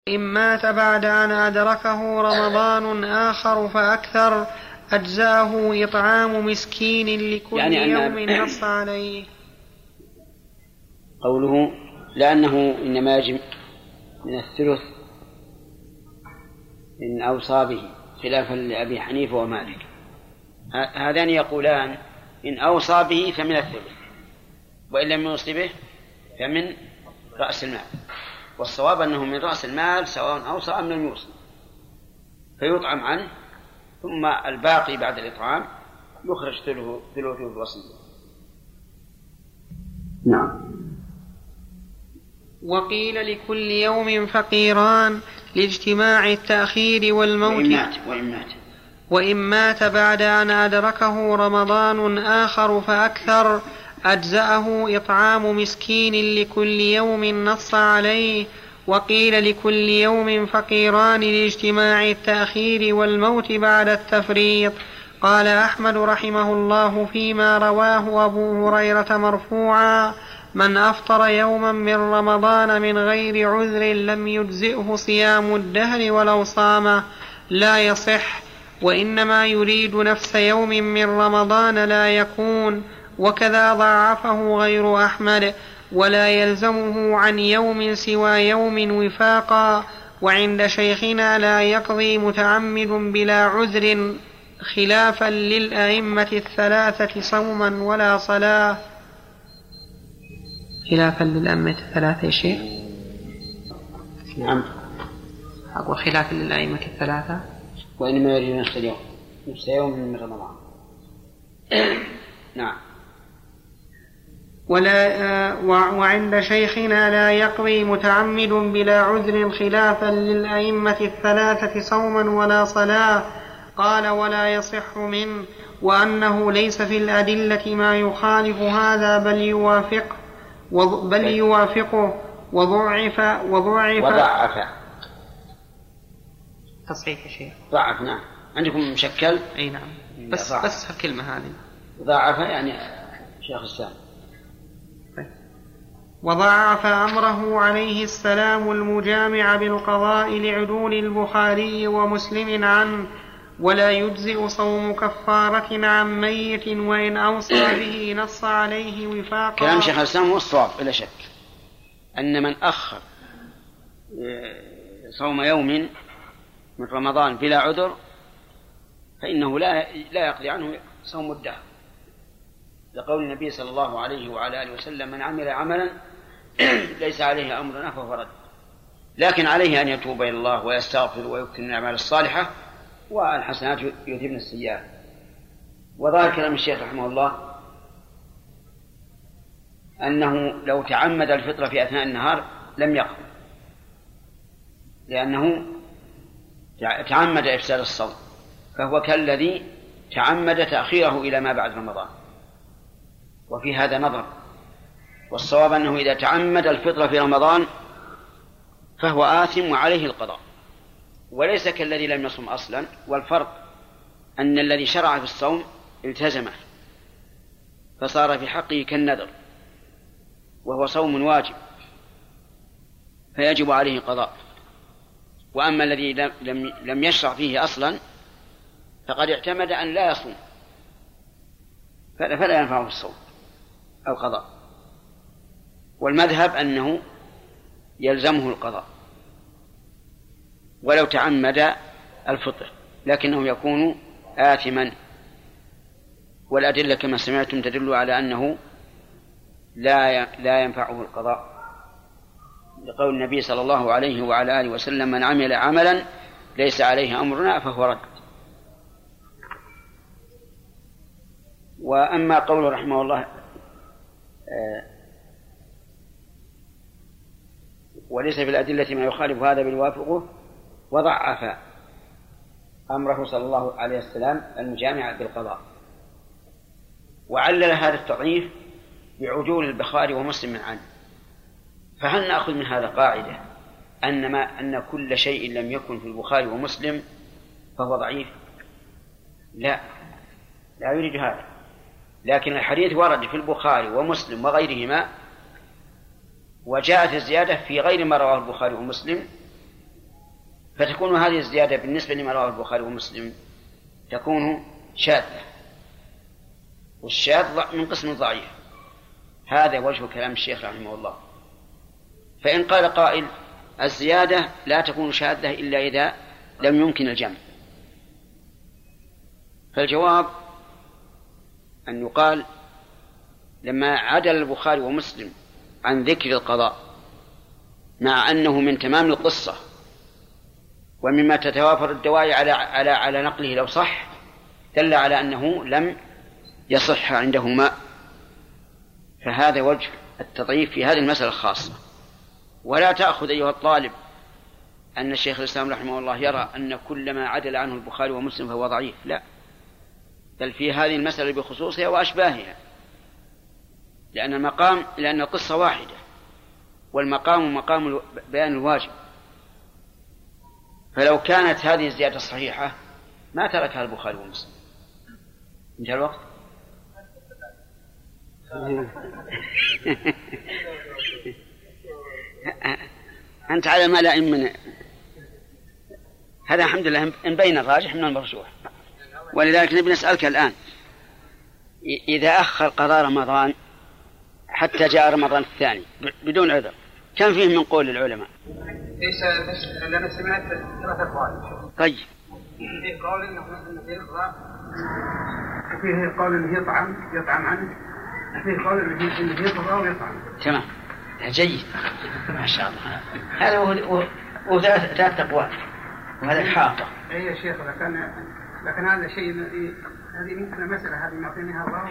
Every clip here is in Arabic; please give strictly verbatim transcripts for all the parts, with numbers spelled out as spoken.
إن مات بعد أن أدركه رمضان آخر فأكثر أجزأه إطعام مسكين لكل يعني يوم نص عليه. قوله لأنه إنما يجب من الثلث إن أوصى به خلافا لأبي حنيفة ومالك. هذان يقولان إن أوصى به فمن الثلث، وإن لم يوصي به فمن رأس المال، والصواب أنه من رأس المال سواء أوصى أم لم يوصي، فيطعم عنه ثم الباقي بعد الإطعام يخرج ثلثه الوصية. نعم. وقيل لكل يوم فقيران لاجتماع التأخير والموت. وإن مات, وإن مات. وإن مات بعد أن أدركه رمضان آخر فأكثر أجزأه إطعام مسكين لكل يوم نص عليه. وقيل لكل يوم فقيران لاجتماع التأخير والموت بعد التفريط. قال أحمد رحمه الله فيما رواه أبو هريرة مرفوعا: من أفطر يوما من رمضان من غير عذر لم يجزئه صيام الدهر ولو صامه، لا يصح، وإنما يريد نفس يوم من رمضان لا يكون. وكذا ضعفه غير أحمد، ولا يلزمه عن يوم سوى يوم وفاقا. وعند شيخنا لا يقضي متعمد بلا عذر خلافا للأئمة الثلاثة صوما ولا صلاة. خلافا للأئمة الثلاثة شيء؟ نعم. أقول خلافا للأئمة الثلاثة. وإنما يريد نفس اليوم نفس يوم من رمضان. نعم. ولا وعند شيخنا لا يقضي متعمد بلا عذر خلافا للأئمة الثلاثة صوما ولا صلاة. قال ولا يصح منه، وأنه ليس في الأدلة ما يخالف هذا بل يوافقه بل يوافقه وضعف وضعف وضعف تصحيح شيء ضعف. نعم. عندكم مشكل؟ أي نعم، بس ضعف. بس الكلمة هذه ضعف يعني شيخ السلام. وضعف أمره عليه السلام المجامع بالقضاء لعدول البخاري ومسلم عنه. ولا يجزئ صوم كفارة عن ميت وإن أوصى به نص عليه وفاقا. كلام شيخ الإسلام هو الصواب بلا شك، أن من أخر صوم يوم من رمضان بلا عذر فإنه لا لا يقضي عنه صوم الدهر، لقول النبي صلى الله عليه وعلى آله وسلم: من عمل عملا ليس عليه أمرنا فهو رد. لكن عليه أن يتوب إلى الله ويستغفر ويكثر من الأعمال الصالحة، والحسنات يذهبن السيئات. وظاهر كلام الشيخ رحمه الله أنه لو تعمد الفطر في أثناء النهار لم يقضي، لأنه تعمد إفساد الصوم، فهو كالذي تعمد تأخيره إلى ما بعد رمضان. وفي هذا نظر، والصواب أنه إذا تعمد الفطر في رمضان فهو آثم وعليه القضاء، وليس كالذي لم يصم أصلا. والفرق أن الذي شرع في الصوم التزمه فصار في حقه كالنذر، وهو صوم واجب فيجب عليه قضاء. وأما الذي لم لم يشرع فيه أصلا فقد اعتمد أن لا يصوم فلا ينفعه الصوم أو قضاء. والمذهب أنه يلزمه القضاء ولو تعمد الفطر، لكنه يكون آثما. والأدلة كما سمعتم تدل على أنه لا لا ينفعه القضاء، لقول النبي صلى الله عليه وعلى آله وسلم: من عمل عملا ليس عليه أمرنا فهو رد. وأما قوله رحمه الله وليس في الأدلة ما يخالف هذا بل يوافقه، وضعف أمره صلى الله عليه وسلم المجامع بالقضاء، وعلل هذا التضعيف بعجول البخاري ومسلم عنه. فهل نأخذ من هذا قاعدة أن, ما أن كل شيء لم يكن في البخاري ومسلم فهو ضعيف؟ لا، لا يريد هذا. لكن الحديث ورد في البخاري ومسلم وغيرهما، وجاءت الزيادة في غير ما رواه البخاري ومسلم، فتكون هذه الزيادة بالنسبة لما رواه البخاري ومسلم تكون شاذة، والشاذ من قسم ضعيف. هذا وجه كلام الشيخ رحمه الله. فإن قال قائل الزيادة لا تكون شاذة إلا إذا لم يمكن الجمع، فالجواب أن يقال لما عدل البخاري ومسلم عن ذكر القضاء مع أنه من تمام القصة ومما تتوافر الدواعي على على على نقله لو صح، دل على أنه لم يصح عندهما، فهذا وجه التضعيف في هذه المسألة الخاصة. ولا تأخذ أيها الطالب أن الشيخ الإسلام رحمه الله يرى أن كل ما عدل عنه البخاري ومسلم فهو ضعيف، لا، بل في هذه المسألة بخصوصها وأشباهها، لأن المقام لأن القصة واحدة، والمقام مقام بيان الواجب، فلو كانت هذه الزيادة صحيحة ما تركها البخاري ومسلم. انتهى الوقت. أنت على ما لا من هذا الحمد لله إن بين الراجح من المرجوح. ولذلك نبي نسألك الآن، إذا أخر قضاء رمضان حتى جاء رمضان الثاني بدون عذر كان فيه من قول العلماء؟ ليس بس لأن سمعت ثلاث أقوال. طيب. فيه قول إنه فيه قضاء، فيه قول إنه يطعم يطعم عنه، فيه قول إنه فيه قضاء ويطعم. تمام، جيد ما شاء الله. هذا هو هو ثلاث أقوال وهذا حاطة. أي يا شيخ، لكن لكن هذا شيء هذه ممكن مسألة هذه معطينها الله.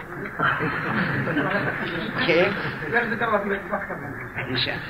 كيف؟ لا ذكر الله في أكثر منها. إن شاء الله.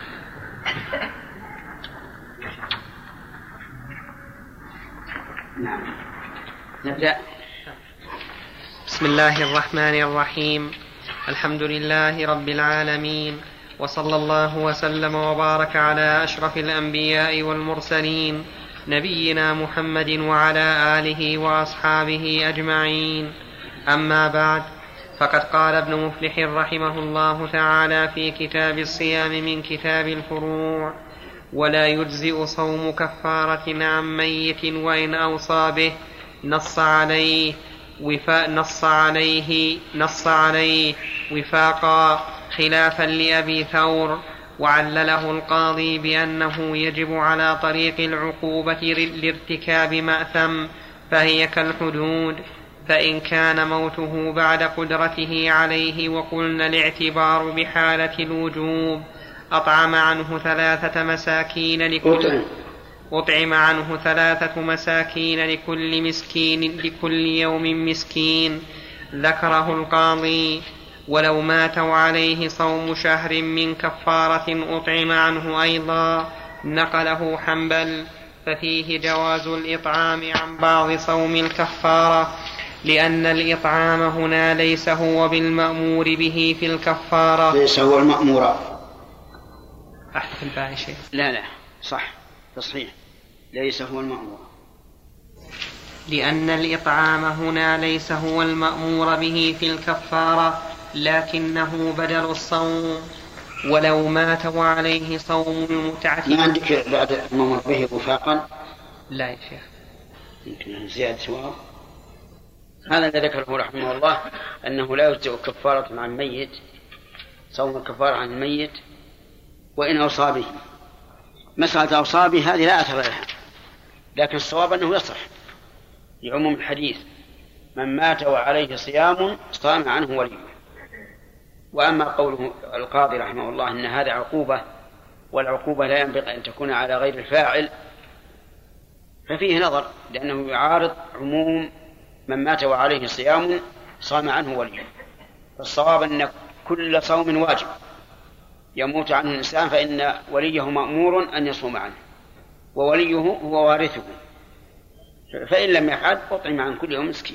نعم. نبدأ. بسم الله الرحمن الرحيم. الحمد لله رب العالمين، وصلى الله وسلم وبارك على أشرف الأنبياء والمرسلين نبينا محمد وعلى آله وأصحابه أجمعين. أما بعد، فقد قال ابن مفلح رحمه الله تعالى في كتاب الصيام من كتاب الفروع: ولا يجزئ صوم كفارة عن ميت وإن أوصى به، نص عليه وفاء نص عليه نص عليه وفاقا، خلافا لأبي ثور، وعلله القاضي بأنه يجب على طريق العقوبة لارتكاب مأثم، فهي كالحدود، فإن كان موته بعد قدرته عليه وقلنا الاعتبار بحالة الوجوب، أطعم عنه ثلاثة مساكين لكل أطعم عنه ثلاثة مساكين لكل مسكين لكل يوم مسكين. ذكره القاضي. ولو مات وعليه صوم شهر من كفارة أطعم عنه أيضا، نقله حنبل، ففيه جواز الإطعام عن بعض صوم الكفارة، لأن الإطعام هنا ليس هو بالمأمور به في الكفارة. ليس هو المأمور. أحسن باقي شيء. لا لا صح تصحيح، ليس هو المأمور، لأن الإطعام هنا ليس هو المأمور به في الكفارة، لكنه بدل الصوم. ولو مات وعليه صوم المتعة. ما عندك بعد المأمور به وفاقا؟ لا يا شيخ، يمكن زيادة سواء. هذا الذي ذكره رحمه الله أنه لا يجزئ كفارة عن ميت، صوم الكفارة عن الميت وإن أوصى به. مسألة أوصى به هذه لا أثر لها، لكن الصواب أنه يصح لعموم الحديث: من مات وعليه صيام صام عنه وليه. وأما قوله القاضي رحمه الله أن هذا عقوبة، والعقوبة لا ينبغي أن تكون على غير الفاعل، ففيه نظر، لأنه يعارض عموم من مات وعليه صيام صام عنه وليه. فالصواب أن كل صوم واجب يموت عنه الإنسان فإن وليه مأمور أن يصوم عنه، ووليه هو وارثه، فإن لم يفعل أطعم عن كل يوم مسكين.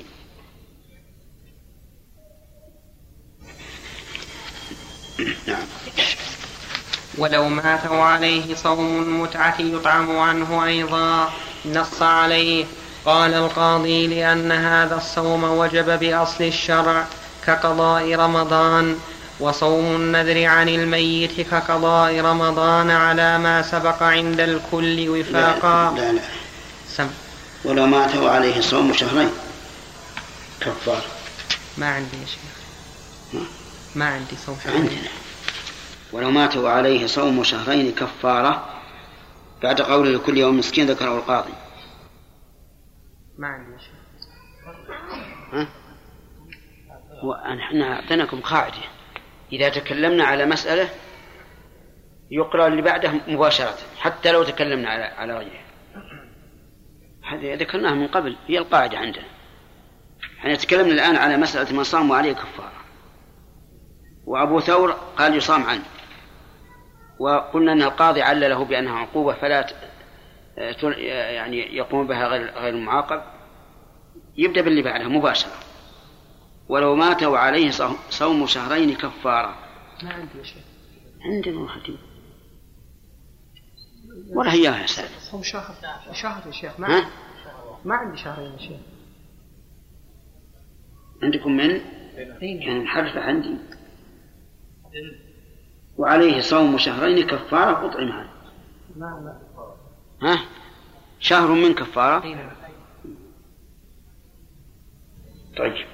ولو مات وعليه صوم المتعة يطعم عنه أيضا، نص عليه. قال القاضي: لأن هذا الصوم وجب بأصل الشرع كقضاء رمضان، وصوم النذر عن الميت كقضاء رمضان على ما سبق عند الكل وفاقا. لا لا سم. ولو مات وعليه صوم شهرين كفار. ما عندي يا شيخ. ما عندي صوم شهرين. عندنا ولو مات وعليه صوم شهرين كفارة بعد قوله لكل يوم مسكين ذكره القاضي. ما عندي يا شيخ. ها؟ ونحن أعطيناكم قاعدة إذا تكلمنا على مسألة يقرأ اللي بعده مباشرة حتى لو تكلمنا على على غيره. هذه ذكرناها من قبل هي القاعدة عندنا. احنا تكلمنا الآن على مسألة من صام وعليه كفارة وأبو ثور قال يصام عنه وقلنا أن القاضي علله بأنها عقوبة فلا يعني يقوم بها غير غير المعاقب. يبدأ باللي بعدها مباشرة ولو مات وعليه صوم شهرين كفارة. ما عندي شيء. عندنا وحدي ولا هي يا سيد. صوم شهر شهر يا شيخ. ما عندي. ما عندي شهرين يا شيخ. عندكم من؟ يعني الحرف عندي. وعليه صوم شهرين كفارة أطعمها. لا لا. ها؟ شهر من كفارة. طيب.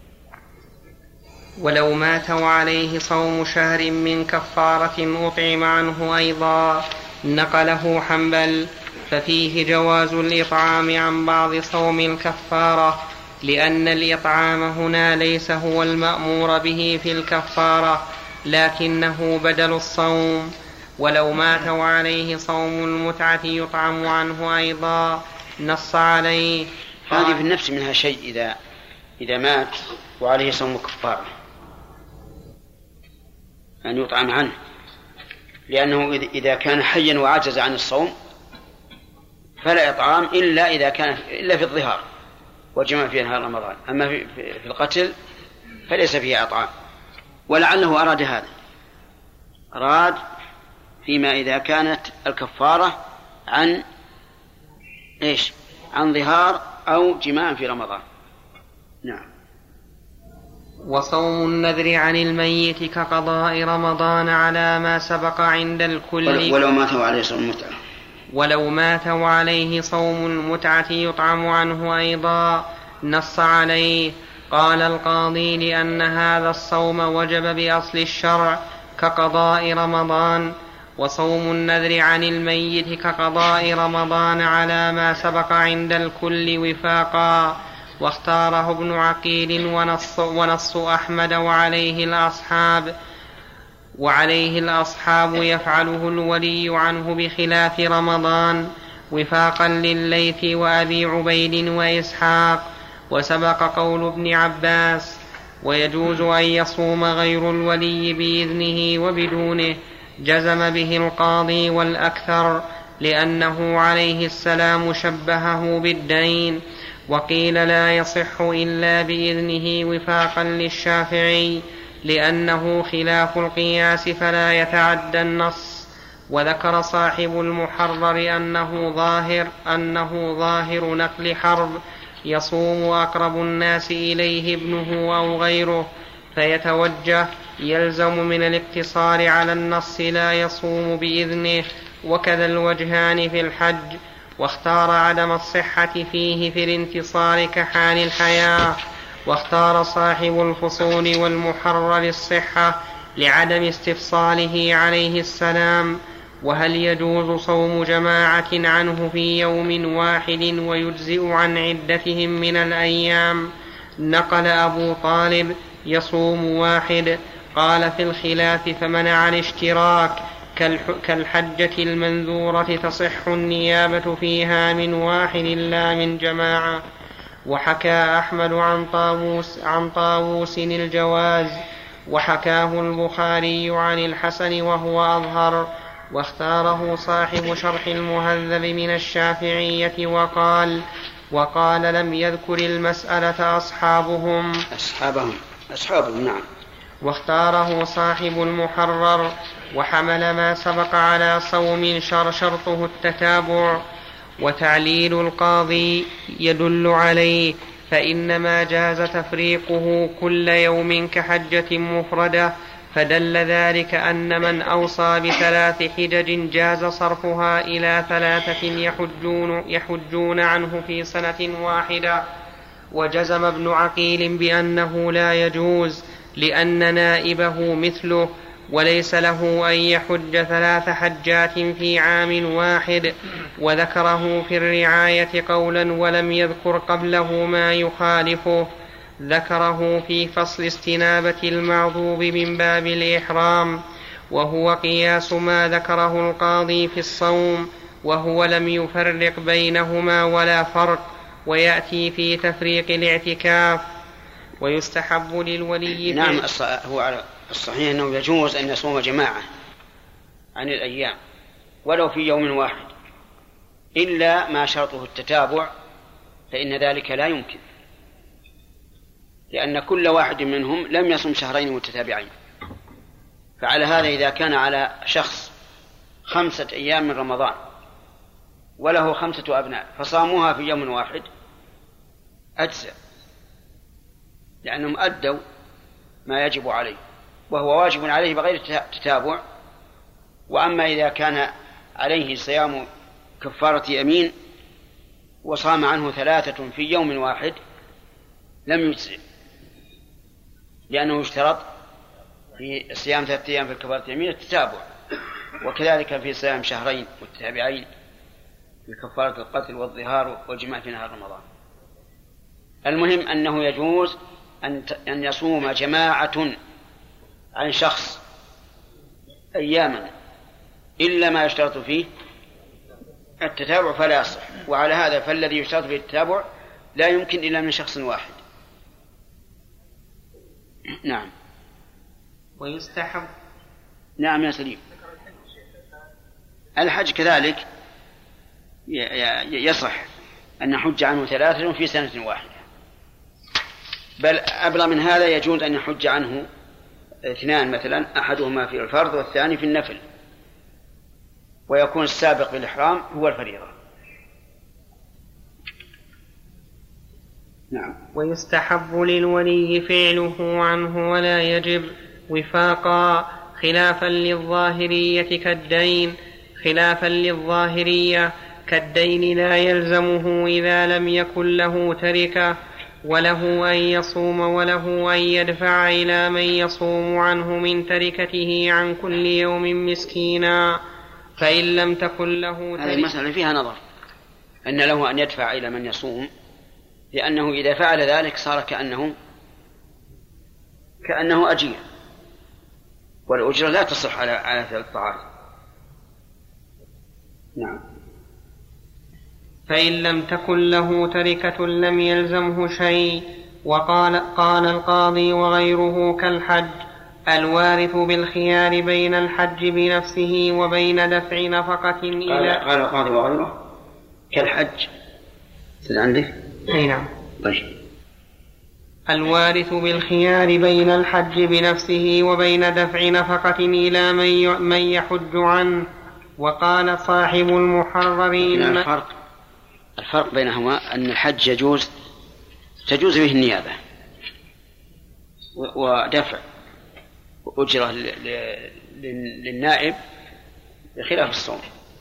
ولو مات وعليه صوم شهر من كفارة أطعم عنه أيضا نقله حنبل ففيه جواز الإطعام عن بعض صوم الكفارة لأن الإطعام هنا ليس هو المأمور به في الكفارة لكنه بدل الصوم. ولو مات وعليه صوم المتعة يطعم عنه أيضا نص عليه. هذه في النفس منها شيء إذا إذا مات وعليه صوم كفارة أن يطعم عنه لأنه إذا كان حيا وعجز عن الصوم فلا إطعام إلا إذا كان إلا في الظهار وجمع في نهار رمضان. أما في, في القتل فليس فيه إطعام. ولعله أراد هذا أراد فيما إذا كانت الكفارة عن إيش عن ظهار أو جماع في رمضان. نعم. وصوم النذر عن الميت كقضاء رمضان على ما سبق عند الكل. ولو مات وعليه صوم المتعة ولو مات وعليه صوم المتعة يطعم عنه أيضا نص عليه. قال القاضي لأن هذا الصوم وجب بأصل الشرع كقضاء رمضان وصوم النذر عن الميت كقضاء رمضان على ما سبق عند الكل وفاقا. واختاره ابن عقيل ونص, ونص أحمد وعليه الأصحاب وعليه الأصحاب يفعله الولي عنه بخلاف رمضان وفاقا لليث وأبي عبيد وإسحاق. وسبق قول ابن عباس ويجوز أن يصوم غير الولي بإذنه وبدونه جزم به القاضي والأكثر لأنه عليه السلام شبهه بالدين. وقيل لا يصح إلا بإذنه وفاقا للشافعي لأنه خلاف القياس فلا يتعدى النص. وذكر صاحب المحرر أنه ظاهر أنه ظاهر نقل حرب يصوم أقرب الناس إليه ابنه أو غيره فيتوجه يلزم من الاقتصار على النص لا يصوم بإذنه. وكذا الوجهان في الحج. واختار عدم الصحة فيه في الانتصار كحال الحياة. واختار صاحب الفصول والمحرر الصحة لعدم استفصاله عليه السلام. وهل يجوز صوم جماعة عنه في يوم واحد ويجزئ عن عدتهم من الأيام؟ نقل أبو طالب يصوم واحد. قال في الخلاف فمنع الاشتراك كالحجة المنذورة تصح النيابة فيها من واحد لا من جماعة. وحكى أحمد عن طاووس, عن طاووس الجواز وحكاه البخاري عن الحسن وهو أظهر. واختاره صاحب شرح المهذب من الشافعية وقال وقال لم يذكر المسألة أصحابهم أصحابهم أصحابهم نعم. واختاره صاحب المحرر وحمل ما سبق على صوم شر شرطه التتابع. وتعليل القاضي يدل عليه فإنما جاز تفريقه كل يوم كحجة مفردة فدل ذلك أن من أوصى بثلاث حجج جاز صرفها إلى ثلاثة يحجون, يحجون عنه في سنة واحدة. وجزم ابن عقيل بأنه لا يجوز لأن نائبه مثله وليس له أن يحج ثلاث حجات في عام واحد، وذكره في الرعاية قولا ولم يذكر قبله ما يخالفه، ذكره في فصل استنابة المعذوب من باب الإحرام، وهو قياس ما ذكره القاضي في الصوم، وهو لم يفرق بينهما ولا فرق، ويأتي في تفريق الاعتكاف. ويستحب للولي نعم هو على الصحيح أنه يجوز أن يصوم جماعة عن الأيام ولو في يوم واحد، إلا ما شرطه التتابع، فإن ذلك لا يمكن، لأن كل واحد منهم لم يصم شهرين متتابعين. فعلى هذا إذا كان على شخص خمسة أيام من رمضان وله خمسة أبناء فصاموها في يوم واحد أجزأ، لأنهم أدوا ما يجب عليه، وهو واجب عليه بغير تتابع. وأما إذا كان عليه صيام كفارة يمين وصام عنه ثلاثة في يوم واحد لم يجزئ، لأنه يشترط في صيام ثلاثة أيام في كفارة يمين التتابع، وكذلك في صيام شهرين متتابعين في كفارة القتل والظهار والجماع في نهار رمضان. المهم أنه يجوز أن يصوم جماعة عن شخص أياما إلا ما يشترط فيه التتابع فلا يصح، وعلى هذا فالذي يشترط فيه التتابع لا يمكن إلا من شخص واحد. نعم. ويستحب نعم يا سليم. الحج كذلك يصح أن نحج عنه ثلاثة في سنة واحدة، بل أبلغ من هذا يجوز أن يحج عنه اثنان مثلا، أحدهما في الفرض والثاني في النفل، ويكون السابق في الإحرام هو الفريضة. نعم. ويستحب للولي فعله عنه ولا يجب وفاقا، خلافا للظاهرية كالدين خلافا للظاهرية كالدين لا يلزمه إذا لم يكن له تركة، وله أن يصوم وله أن يدفع إلى من يصوم عنه من تركته عن كل يوم مسكينا، فإن لم تكن له تركة. هذه المسألة فيها نظر، أن له أن يدفع إلى من يصوم، لأنه إذا فعل ذلك صار كأنه كأنه أجير، والأجرة لا تصح على على ثلاث طاعات. نعم. فإن لم تكن له تركة لم يلزمه شيء. وقال قال القاضي وغيره كالحج الوارث بالخيار بين الحج بنفسه وبين دفع نفقة إلى. قال القاضي وغيره كالحج عندك؟ أي نعم. طيب. الوارث بالخيار بين الحج بنفسه وبين دفع نفقة إلى من يحج عنه. وقال صاحب المحرر إن الفرق الفرق بينهما أن الحج يجوز تجوز به النيابة ودفع أجرة للنائب بخلاف الصوم.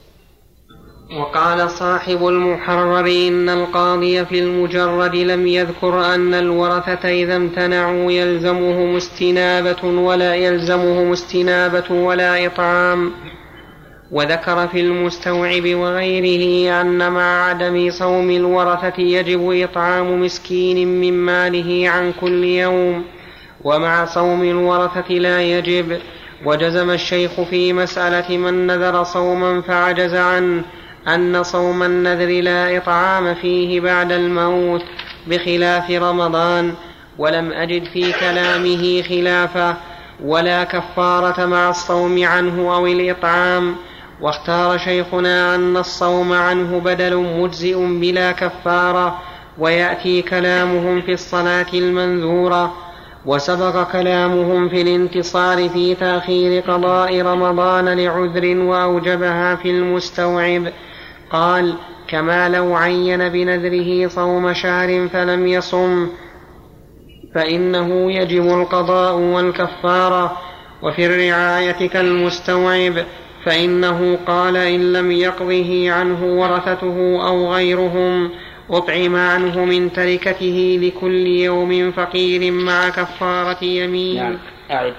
وقال صاحب المحرر إن القاضي في المجرد لم يذكر أن الورثة إذا امتنعوا يلزمهم استنابة ولا يلزمهم استنابة ولا إطعام. وذكر في المستوعب وغيره أن مع عدم صوم الورثة يجب إطعام مسكين من ماله عن كل يوم، ومع صوم الورثة لا يجب. وجزم الشيخ في مسألة من نذر صوما فعجز عنه أن صوم النذر لا إطعام فيه بعد الموت بخلاف رمضان، ولم أجد في كلامه خلافه ولا كفارة مع الصوم عنه أو الإطعام. واختار شيخنا أن الصوم عنه بدل مجزئ بلا كفارة، ويأتي كلامهم في الصلاة المنذورة. وسبق كلامهم في الانتصار في تأخير قضاء رمضان لعذر وأوجبها في المستوعب. قال كما لو عين بنذره صوم شهر فلم يصم فإنه يجب القضاء والكفارة. وفي الرعاية كالمستوعب، فإنه قال إن لم يقضه عنه ورثته أو غيرهم أطعم عنه من تركته لكل يوم فقير مع كفارة يمين. نعم. أعد.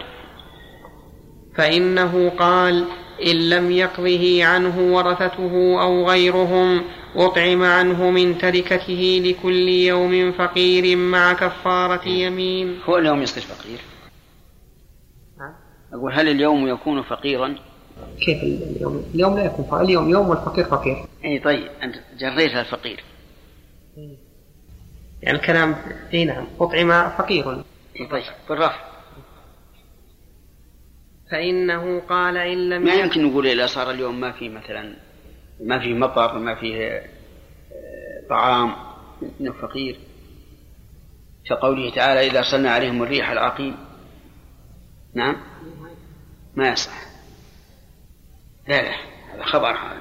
فإنه قال إن لم يقضه عنه ورثته أو غيرهم أطعم عنه من تركته لكل يوم فقير مع كفارة يمين. هو اليوم يصير فقير؟ أقول هل اليوم يكون فقيرا؟ كيف اليوم؟ اليوم لا يكون فقير، اليوم يوم والفقير فقير. أي طيب أنت جريتها الفقير. يعني الكلام اي نعم أطعم فقير. أي طيب بالرفع. فإنه قال إن لم ما يمكن نقول إذا صار اليوم ما في مثلا ما في مطر وما فيه طعام إنه فقير، كقوله تعالى إذا أرسلنا عليهم الريح العقيم. نعم ما يصح. لا لا هذا خبر هذا.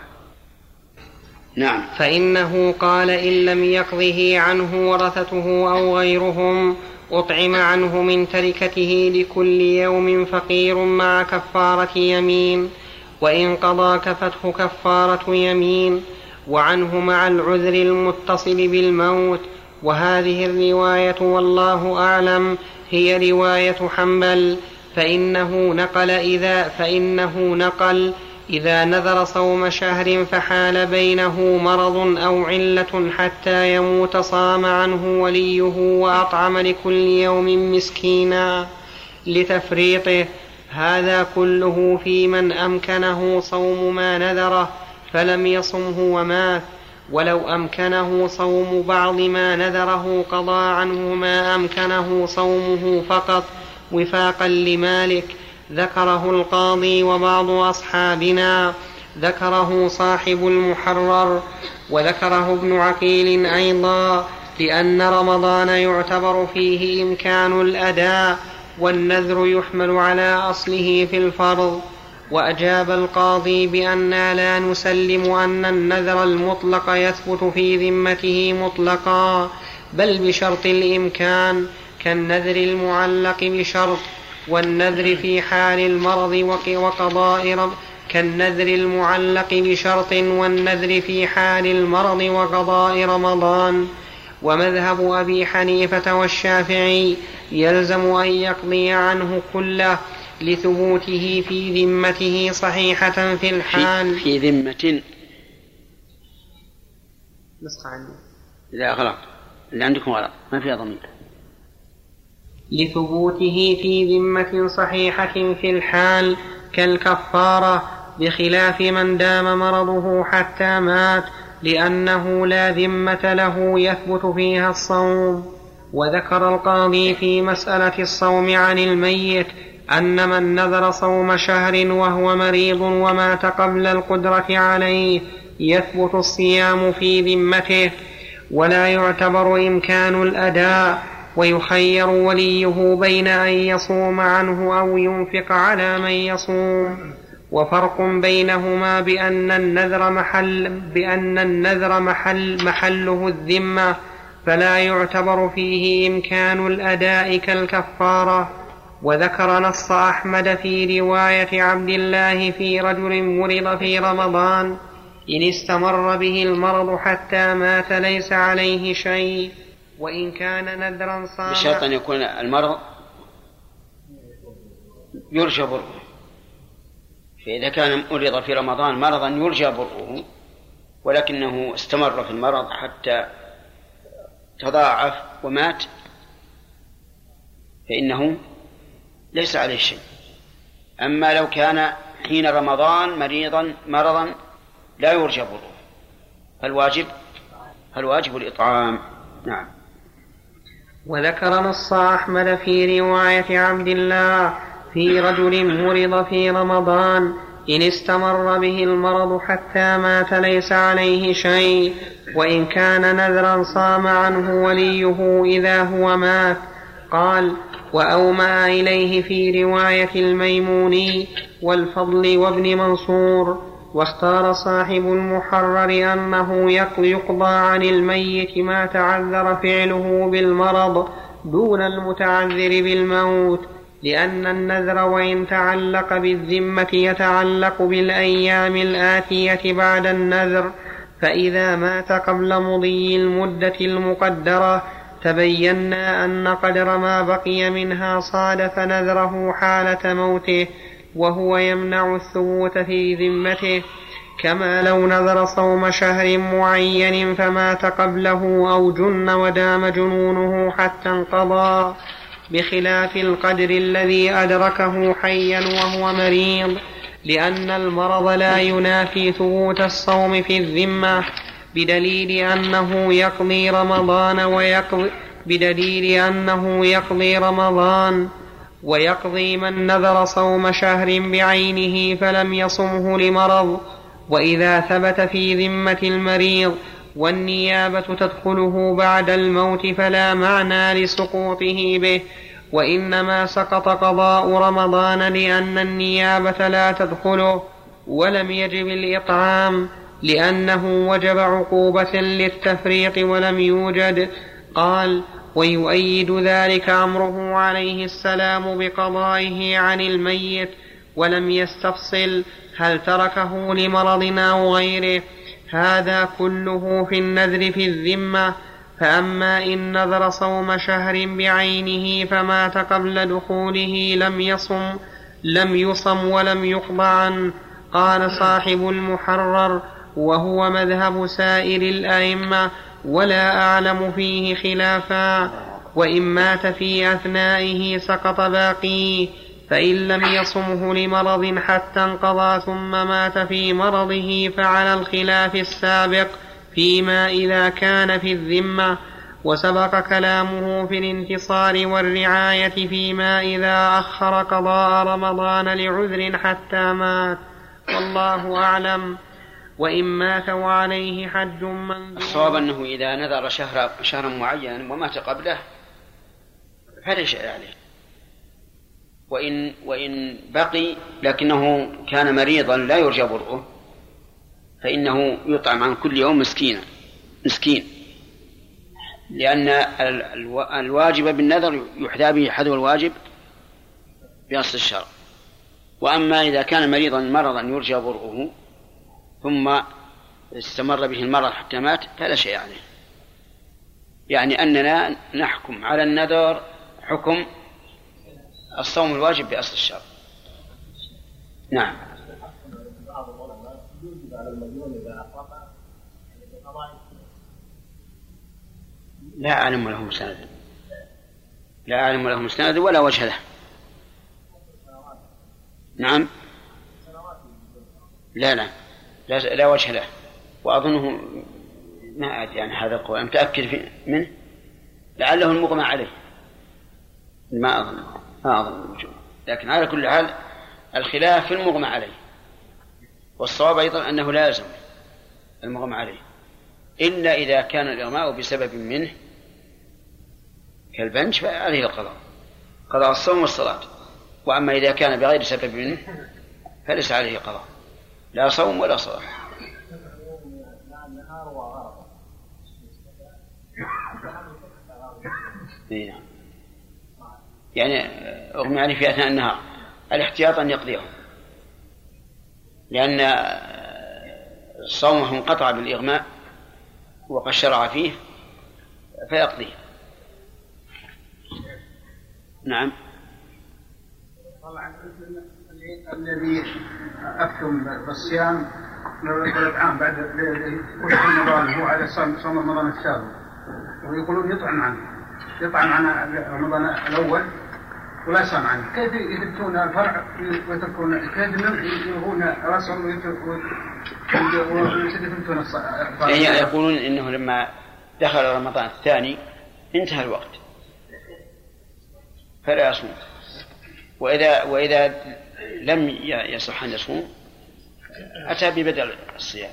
نعم. فإنه قال إن لم يقضه عنه ورثته أو غيرهم أطعم عنه من تركته لكل يوم فقير مع كفارة يمين، وإن قضى كفته كفارة يمين، وعنه مع العذر المتصل بالموت. وهذه الرواية والله أعلم هي رواية حنبل، فإنه نقل إذا فإنه نقل إذا نذر صوم شهر فحال بينه مرض أو علة حتى يموت صام عنه وليه وأطعم لكل يوم مسكينا لتفريطه. هذا كله في من أمكنه صوم ما نذره فلم يصمه ومات، ولو أمكنه صوم بعض ما نذره قضى عنه ما أمكنه صومه فقط وفاقا لمالك. ذكره القاضي وبعض أصحابنا، ذكره صاحب المحرر، وذكره ابن عقيل أيضا، لأن رمضان يعتبر فيه إمكان الأداء، والنذر يحمل على أصله في الفرض. وأجاب القاضي بأننا لا نسلم أن النذر المطلق يثبت في ذمته مطلقا، بل بشرط الإمكان، كالنذر المعلق بشرط، والنذر في حال المرض وقضاء كالنذر المعلق بشرط والنذر في حال المرض وقضاء رمضان. ومذهب أبي حنيفة والشافعي يلزم أن يقضي عنه كله لثبوته في ذمته صحيحة في الحال. في, في ذمة نسخة عني. لا غلط، اللي عندكم غلط، ما فيها ضمير. لثبوته في ذمة صحيحة في الحال كالكفارة، بخلاف من دام مرضه حتى مات، لأنه لا ذمة له يثبت فيها الصوم. وذكر القاضي في مسألة الصوم عن الميت أن من نذر صوم شهر وهو مريض ومات قبل القدرة عليه يثبت الصيام في ذمته، ولا يعتبر إمكان الأداء، ويخير وليه بين أن يصوم عنه أو ينفق على من يصوم. وفرق بينهما بأن النذر محل بأن النذر محل محله الذمة، فلا يعتبر فيه إمكان الأداء كالكفارة. وذكر نص أحمد في رواية عبد الله في رجل مرض في رمضان إن استمر به المرض حتى مات ليس عليه شيء، وإن كان نذرا صام. بشرط أن يكون المرض يرجى برؤه، فإذا كان مرض في رمضان مرضا يرجى برؤه ولكنه استمر في المرض حتى تضاعف ومات فإنه ليس عليه شيء. أما لو كان حين رمضان مريضا مرضا لا يرجى برؤه فالواجب فالواجب الإطعام. نعم. وذكر نص أحمد في رواية عبد الله في رجل مرض في رمضان إن استمر به المرض حتى مات ليس عليه شيء، وإن كان نذرا صام عنه وليه إذا هو مات. قال: وأومأ إليه في رواية الميموني والفضل وابن منصور. واختار صاحب المحرر أنه يقضى عن الميت ما تعذر فعله بالمرض دون المتعذر بالموت، لأن النذر وإن تعلق بالذمة يتعلق بالأيام الآتية بعد النذر، فإذا مات قبل مضي المدة المقدرة تبينا أن قدر ما بقي منها صادف نذره حالة موته، وهو يمنع الثبوت في ذمته، كما لو نذر صوم شهر معين فمات قبله أو جن ودام جنونه حتى انقضى، بخلاف القدر الذي أدركه حيا وهو مريض، لأن المرض لا ينافي ثبوت الصوم في الذمة، بدليل أنه يقضي رمضان ويقضي بدليل أنه يقضي رمضان ويقضي من نذر صوم شهر بعينه فلم يصمه لمرض. وإذا ثبت في ذمة المريض والنيابة تدخله بعد الموت فلا معنى لسقوطه به، وإنما سقط قضاء رمضان لأن النيابة لا تدخله، ولم يجب الإطعام لأنه وجب عقوبة للتفريط ولم يوجد. قال: ويؤيد ذلك أمره عليه السلام بقضائه عن الميت، ولم يستفصل هل تركه لمرض أو غيره، هذا كله في النذر في الذمة. فأما إن نذر صوم شهر بعينه فمات قبل دخوله لم يصم لم يصم ولم يقضى عنه. قال صاحب المحرر: وهو مذهب سائر الأئمة، ولا أعلم فيه خلافا. وإن مات في أثنائه سقط باقيه، فإن لم يصمه لمرض حتى انقضى ثم مات في مرضه فعلى الخلاف السابق فيما إذا كان في الذمة، وسبق كلامه في الانتصار والرعاية فيما إذا أخر قضاء رمضان لعذر حتى مات، والله أعلم. وإن مات وعليه حج منذور. الصواب أنه إذا نذر شهر شهرا معين ومات قبله فلا شيء عليه، وإن, وإن بقي لكنه كان مريضا لا يرجى برؤه فإنه يطعم عن كل يوم مسكينا مسكين، لأن الواجب بالنذر يحذى به حذو الواجب بأصل الشرع. وأما إذا كان مريضا مرضا يرجى برؤه ثم استمر به المرض حتى مات فلا شيء عليه، يعني أننا نحكم على النذر حكم الصوم الواجب بأصل الشرع. نعم. لا أعلم له مستند لا أعلم له مستند ولا وجه له. نعم. لا لا لا, لا وجه له، وأظنه ما أدري عن هذا القول، أنا متأكد منه، لعله المغمى عليه، ما أظن ما أظن لكن على كل حال الخلاف في المغمى عليه، والصواب أيضا أنه لا يلزم المغمى عليه إلا إذا كان الإغماء بسبب منه كالبنج فعليه القضاء، قضاء الصوم والصلاة. وأما إذا كان بغير سبب منه فليس عليه قضاء، لا صوم ولا صلاة. يعني أغمي عليه في أثناء النهار الاحتياط أن يقضيهم، لأن صومه انقطع بالإغماء وقد شرع فيه فيقضيه. نعم. طبعا الذي أكتم بالصيام ثلاث عام بعد كل رمضان هو على صوم رمضان السابق، ويقولون يطعم عنه يطعم عن رمضان الأول ولا صام عنه، كيف يثبتون الفرع ويتركون كيف يلغون رأسهم ويثبتون الفرع؟ يقولون إنه لما دخل رمضان الثاني انتهى الوقت فلا يصوم، وإذا وإذا لم يصح أن يصوم أتى ببدل الصيام.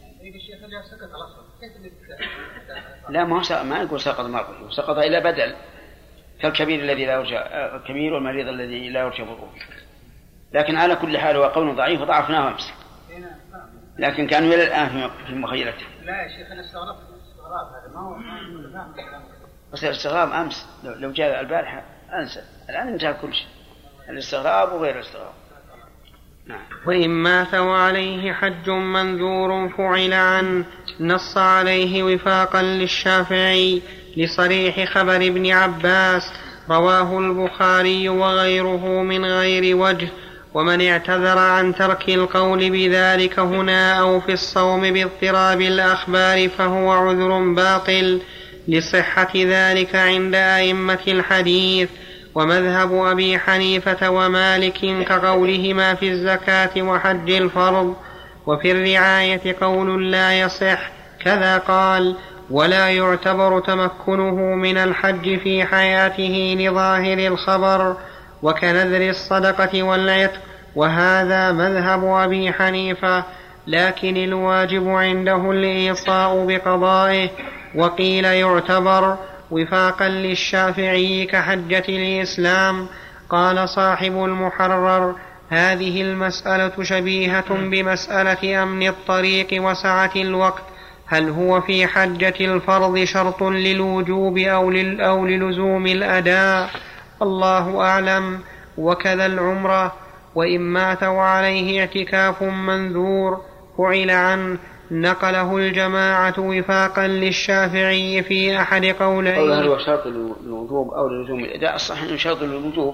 لا ما هو ما يقول سقط مرة، سقط إلى بدل كالكبير الذي لا يرجى الكبير والمريض الذي لا يرجى برؤه. لكن على كل حال هو قول ضعيف وضعفناه أمس، لكن كانوا إلى الآن في مخيلته. لا يا شيخ أنا استغربت استغراب هذا ما هو بس الاستغراب أمس، لو جاء البارحة أنسى، الآن انتهى كل شيء. الاستغراب وغير الاستغراب. نعم. وإن مات وعليه حج منذور فعل عنه، نص عليه وفاقا للشافعي لصريح خبر ابن عباس، رواه البخاري وغيره من غير وجه. ومن اعتذر عن ترك القول بذلك هنا أو في الصوم باضطراب الأخبار فهو عذر باطل لصحة ذلك عند أئمة الحديث. ومذهب أبي حنيفة ومالك كقولهما في الزكاة وحج الفرض. وفي الرعاية قول لا يصح، كذا قال: ولا يعتبر تمكنه من الحج في حياته لظاهر الخبر، وكنذر الصدقة والعتق، وهذا مذهب أبي حنيفة، لكن الواجب عنده الإيصاء بقضائه. وقيل يعتبر وفاقا للشافعي كحجة الإسلام. قال صاحب المحرر: هذه المسألة شبيهة بمسألة أمن الطريق وسعة الوقت، هل هو في حجة الفرض شرط للوجوب أو للزوم الأداء؟ الله أعلم. وكذا العمرة. وإن مات وعليه اعتكاف منذور فعل عنه، نقله الجماعة وفاقا للشافعي في أحد قولين. هل هو شرط للوجوب أو للزوم الأداء؟ الصحيح أنه شرط للوجوب،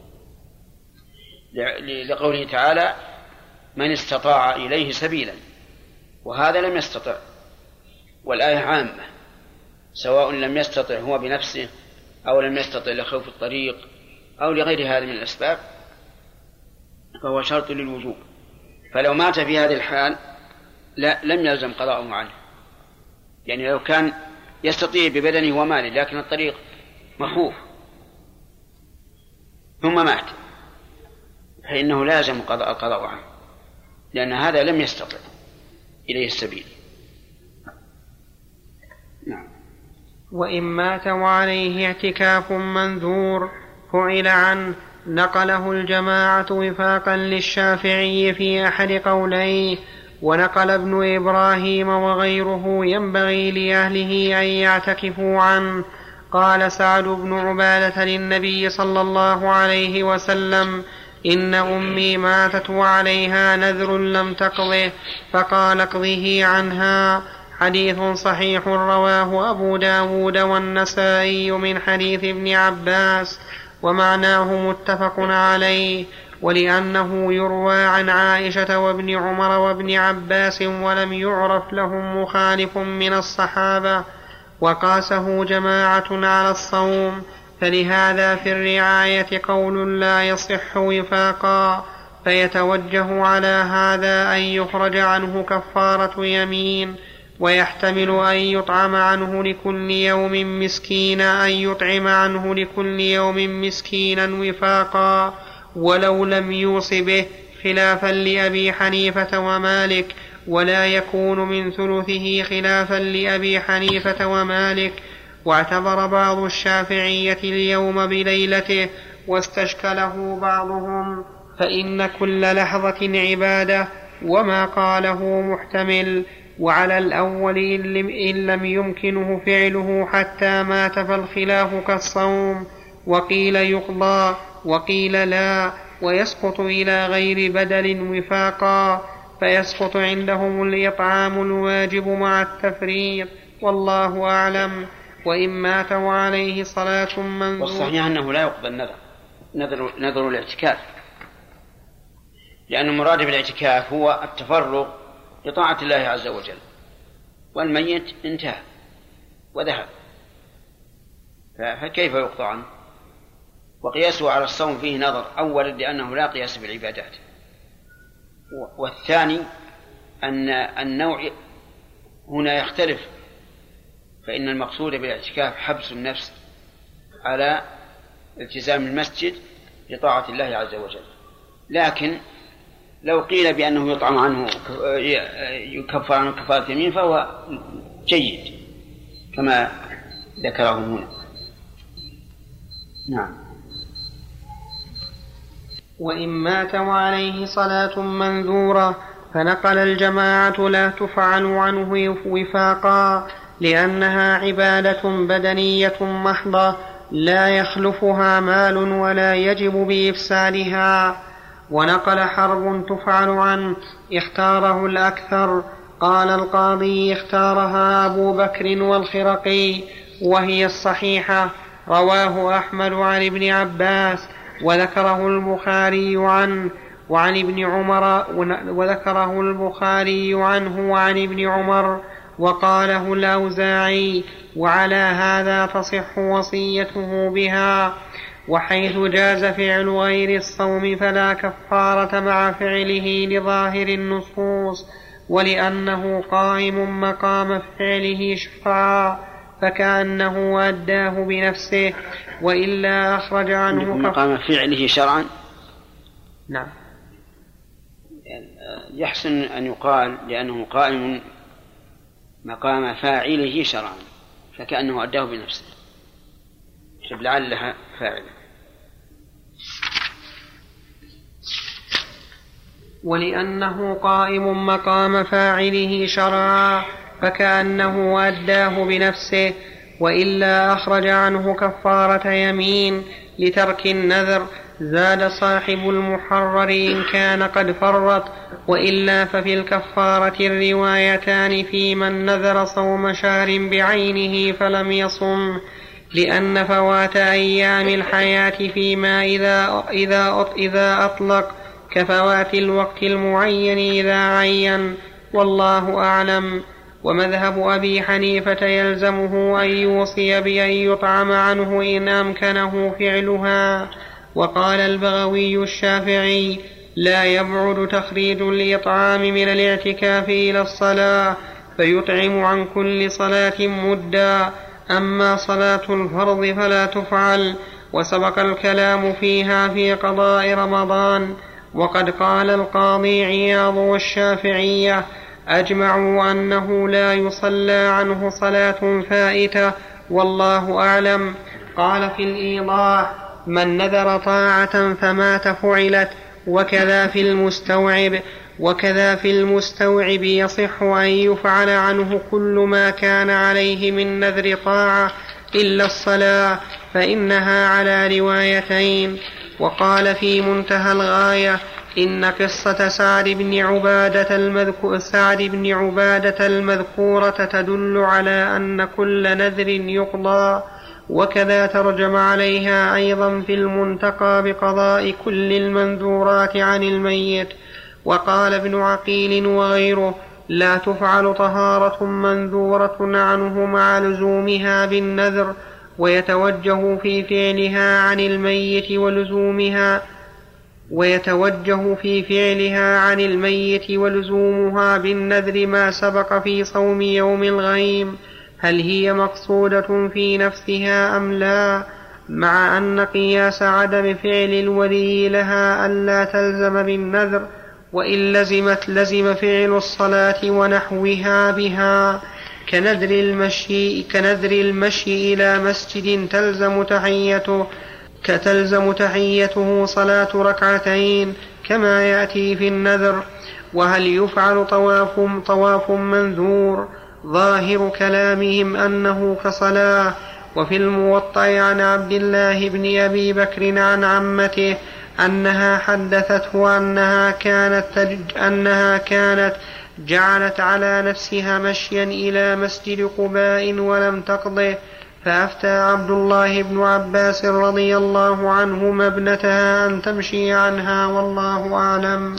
لقوله تعالى: من استطاع إليه سبيلا، وهذا لم يستطع، والآية عامة، سواء لم يستطع هو بنفسه أو لم يستطع لخوف الطريق أو لغير هذه من الأسباب، فهو شرط للوجوب. فلو مات في هذه الحال لا لم يلزم قضاءه عنه، يعني لو كان يستطيع ببدنه وماله لكن الطريق مخوف ثم مات فإنه لازم قضاء القضاء عنه، لأن هذا لم يستطع إليه السبيل. نعم. وإن مات وعليه اعتكاف منذور فعل عنه، نقله الجماعة وفاقا للشافعي في أحد قوليه. ونقل ابن إبراهيم وغيره: ينبغي لأهله أن يعتكفوا عنه. قال سعد بن عبادة للنبي صلى الله عليه وسلم: إن أمي ماتت وعليها نذر لم تقضه، فقال: اقضه عنها. حديث صحيح رواه أبو داود والنسائي من حديث ابن عباس، ومعناه متفق عليه، ولأنه يروى عن عائشة وابن عمر وابن عباس ولم يعرف لهم مخالف من الصحابة، وقاسه جماعة على الصوم، فلهذا في الرعاية قول لا يصح وفاقا، فيتوجه على هذا أن يخرج عنه كفارة يمين، ويحتمل أن يطعم عنه لكل يوم مسكينا أن يطعم عنه لكل يوم مسكينا وفاقا ولو لم يوص به، خلافا لأبي حنيفة ومالك، ولا يكون من ثلثه خلافا لأبي حنيفة ومالك. واعتبر بعض الشافعية اليوم بليلته، واستشكله بعضهم، فإن كل لحظة عبادة، وما قاله محتمل. وعلى الأول إن لم يمكنه فعله حتى مات فالخلاف كالصوم، وقيل يقضى وقيل لا، ويسقط إلى غير بدل وفاقا، فيسقط عندهم الإطعام الواجب مع التفريط، والله أعلم. وإن مات وعليه صلاة منذور. والصحيح أنه لا يقضى النذر، نذر, نذر الاعتكاف، لأن المراد بالاعتكاف هو التفرغ لطاعة الله عز وجل، والميت انتهى وذهب، فكيف يقضى عنه؟ وقياسه على الصوم فيه نظر، أولا لأنه لا قياس بالعبادات، والثاني أن النوع هنا يختلف، فإن المقصود بالاعتكاف حبس النفس على التزام المسجد لطاعة الله عز وجل. لكن لو قيل بأنه يطعم عنه يكفر عنه كفارة يمين فهو جيد كما ذكره هنا. نعم. وإن مات وعليه صلاة منذورة، فنقل الجماعة لا تفعل عنه وفاقا، لأنها عبادة بدنية محضة، لا يخلفها مال ولا يجب بإفسادها. ونقل حرب تفعل عنه اختاره الأكثر. قال القاضي اختارها أبو بكر والخرقي وهي الصحيحة. رواه أحمد عن ابن عباس وذكره البخاري عنه وعن ابن عمر وذكره البخاري عنه وعن ابن عمر وقاله الأوزاعي. وعلى هذا تصح وصيته بها. وحيث جاز فعل غير الصوم فلا كفارة مع فعله لظاهر النصوص، ولأنه قائم مقام فعله شرعا فكأنه أداه بنفسه، وإلا أخرج عنه مقام فعله شرعا. نعم، يحسن أن يقال لأنه قائم مقام فاعله شرعا فكأنه أداه بنفسه، لعلها فاعله. ولأنه قائم مقام فاعله شرعا فكأنه أداه بنفسه، وإلا أخرج عنه كفارة يمين لترك النذر. زاد صاحب المحرر إن كان قد فرط، وإلا ففي الكفارة الروايتان في من نذر صوم شهر بعينه فلم يصم، لأن فوات أيام الحياة فيما إذا, إذا, إذا أطلق كفوات الوقت المعين إذا عين، والله أعلم. ومذهب أبي حنيفة يلزمه أن يوصي بأن يطعم عنه إن أمكنه فعلها. وقال البغوي الشافعي لا يبعد تخريج الإطعام من الاعتكاف إلى الصلاة فيطعم عن كل صلاة مدا، أما صلاة الفرض فلا تفعل، وسبق الكلام فيها في قضاء رمضان. وقد قال القاضي عياض والشافعية أجمعوا أنه لا يصلى عنه صلاة فائتة، والله أعلم. قال في الإيضاح من نذر طاعة فمات فعلت، وكذا في المستوعب وكذا في المستوعب يصح أن يفعل عنه كل ما كان عليه من نذر طاعة إلا الصلاة، فإنها على روايتين. وقال في منتهى الغاية إن قصة سعد بن عبادة المذكور سعد بن عبادة المذكورة تدل على أن كل نذر يقضى، وكذا ترجم عليها أيضا في المنتقى بقضاء كل المنذورات عن الميت. وقال ابن عقيل وغيره لا تفعل طهارة منذورة عنه مع لزومها بالنذر، ويتوجه في فعلها عن الميت ولزومها ويتوجه في فعلها عن الميت ولزومها بالنذر ما سبق في صوم يوم الغيم، هل هي مقصودة في نفسها أم لا، مع أن قياس عدم فعل الولي لها ألا تلزم بالنذر، وإن لزمت لزم فعل الصلاة ونحوها بها، كنذر المشي, كنذر المشي إلى مسجد تلزم تحيته كتلزم تحيته صلاة ركعتين كما يأتي في النذر. وهل يفعل طواف, طواف منذور؟ ظاهر كلامهم أنه كصلاة. وفي الموطأ عن عبد الله بن أبي بكر عن عمته أنها حدثته أنها كانت, تج... أنها كانت جعلت على نفسها مشيا إلى مسجد قباء ولم تقضه، فأفتى عبد الله بن عباس رضي الله عنهما ابنتها أن تمشي عنها، والله أعلم.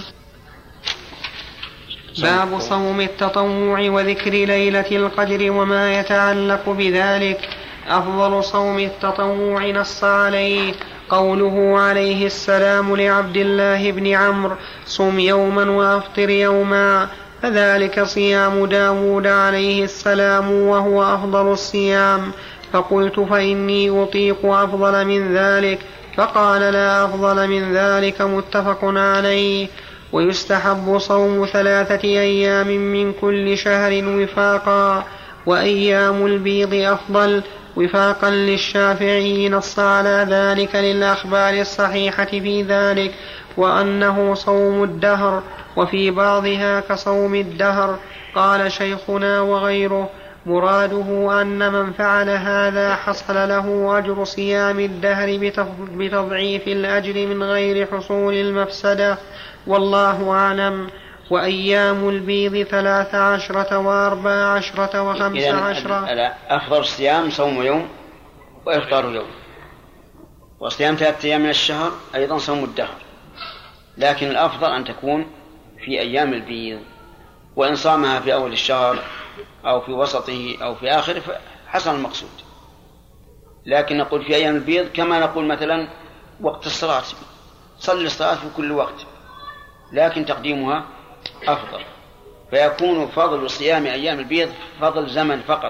باب صوم التطوع وذكر ليلة القدر وما يتعلق بذلك. أفضل صوم التطوع نص عليه قوله عليه السلام لعبد الله بن عمرو صم يوما وأفطر يوما، فذلك صيام داود عليه السلام وهو أفضل الصيام. فقلت فإني أطيق أفضل من ذلك، فقال لا أفضل من ذلك، متفق عليه. ويستحب صوم ثلاثة أيام من كل شهر وفاقا، وأيام البيض أفضل وفاقا للشافعي، نص على ذلك للأخبار الصحيحة في ذلك، وأنه صوم الدهر، وفي بعضها كصوم الدهر. قال شيخنا وغيره مراده أن من فعل هذا حصل له أجر صيام الدهر بتضعيف الأجر من غير حصول المفسدة، والله أعلم. وأيام البيض ثلاث عشرة وأربع عشرة وخمس عشرة. أفضل الصيام صوم يوم وإفطار يوم، وصيام ثلاثة أيام من الشهر أيضا صوم الدهر، لكن الأفضل أن تكون في أيام البيض، وإن صامها في أول الشهر أو في وسطه أو في آخره حصل المقصود. لكن نقول في أيام البيض كما نقول مثلا وقت الصلاة، صل الصلاة في كل وقت، لكن تقديمها أفضل، فيكون فضل صيام أيام البيض فضل زمن فقط.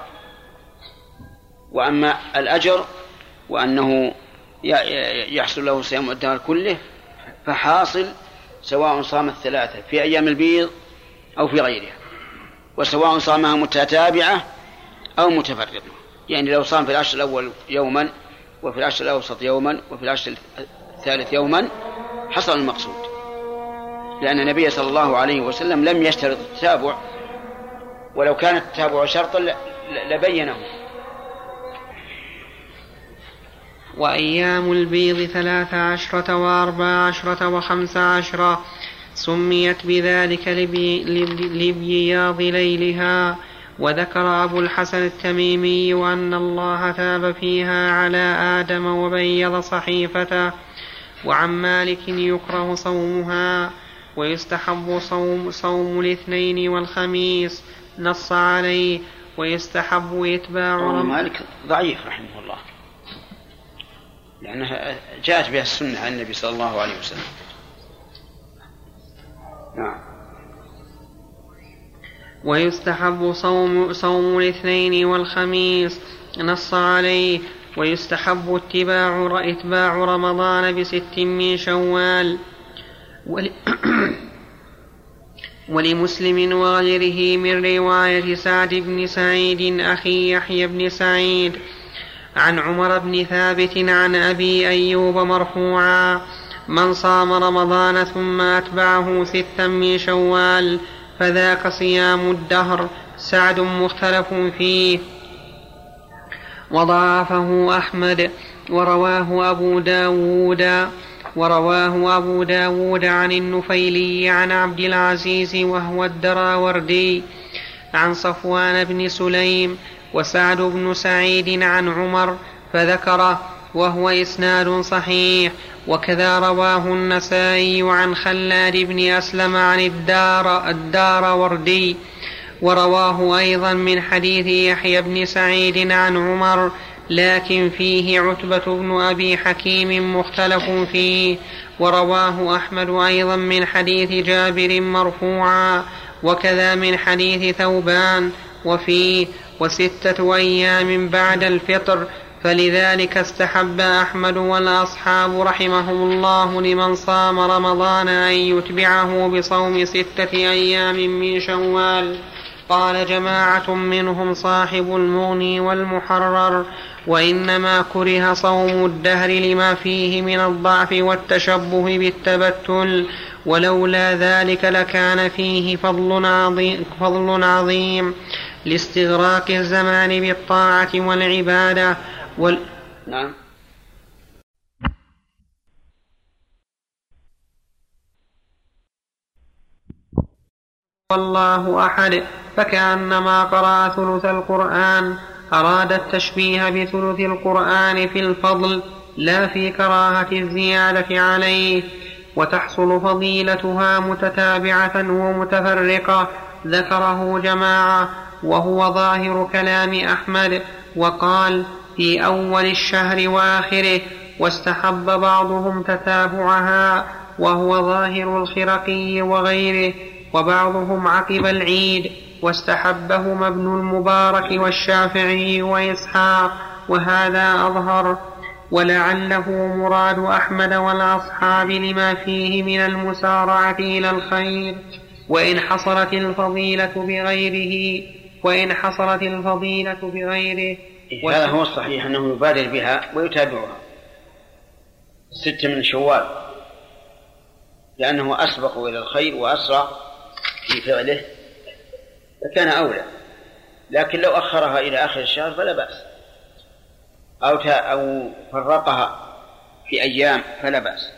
وأما الأجر وأنه يحصل له صيام الدهر كله فحاصل سواء صام الثلاثة في أيام البيض أو في غيرها، وسواء صامها متتابعة أو متفرقة. يعني لو صام في العشر الأول يوما وفي العشر الأوسط يوما وفي العشر الثالث يوما حصل المقصود، لأن النبي صلى الله عليه وسلم لم يشترط التتابع، ولو كان التتابع شرطا لبينه. وأيام البيض ثلاث عشرة وأربع عشرة وخمس عشرة سميت بذلك لبياض ليلها. وذكر أبو الحسن التميمي أن الله تاب فيها على آدم وبيض صحيفته. وعن مالك يكره صومها، ويستحب صوم, صوم الاثنين والخميس، نص عليه. ويستحب إتباع مالك ضعيف رحمه الله، لأنها جاءت بها السنة عن النبي صلى الله عليه وسلم. نعم. ويستحب صوم, صوم الاثنين والخميس، نص عليه. ويستحب اتباع, اتباع رمضان بست من شوال. ول... ولمسلم وغيره من رواية سعد بن سعيد أخي يحيى بن سعيد عن عمر بن ثابت عن أبي أيوب مرفوعا: من صام رمضان ثم أتبعه ستا من شوال فذاك صيام الدهر. سعد مختلف فيه، وضعفه أحمد. ورواه أبو داود ورواه أبو داود عن النفيلي عن عبد العزيز وهو الدراوردي عن صفوان بن سليم وسعد بن سعيد عن عمر فذكره، وهو إسناد صحيح. وكذا رواه النسائي عن خلاد بن أسلم عن الدار الداروردي، ورواه أيضا من حديث يحيى بن سعيد عن عمر، لكن فيه عتبة بن أبي حكيم مختلف فيه. ورواه أحمد أيضا من حديث جابر مرفوعا، وكذا من حديث ثوبان، وفيه وستة أيام بعد الفطر. فلذلك استحب أحمد والأصحاب رحمهم الله لمن صام رمضان أن يتبعه بصوم ستة أيام من شوال. قال جماعة منهم صاحب المغني والمحرر: وإنما كره صوم الدهر لما فيه من الضعف والتشبه بالتبتل، ولولا ذلك لكان فيه فضل عظيم, فضل عظيم لاستغراق الزمان بالطاعة والعبادة وال... نعم. والله أحد، فكأنما قرأ ثلث القرآن. أراد التشبيه بثلث القرآن في الفضل لا في كراهة الزيادة عليه. وتحصل فضيلتها متتابعة ومتفرقة، ذكره جماعة وهو ظاهر كلام أحمد. وقال في أول الشهر وآخره، واستحب بعضهم تتابعها وهو ظاهر الخرقي وغيره، وبعضهم عقب العيد، واستحبهما ابن المبارك والشافعي وإسحاق، وهذا أظهر. ولعله مراد أحمد والأصحاب لما فيه من المسارعة إلى الخير، وإن حصلت الفضيلة بغيره وإن حصلت الفضيلة بغيره هذا هو الصحيح، أنه يبادر بها ويتابعها ست من شوال، لأنه أسبق إلى الخير وأسرع في فعله، فكان أولى. لكن لو أخرها إلى آخر الشهر فلا بأس، أو أو فرقها في أيام فلا بأس.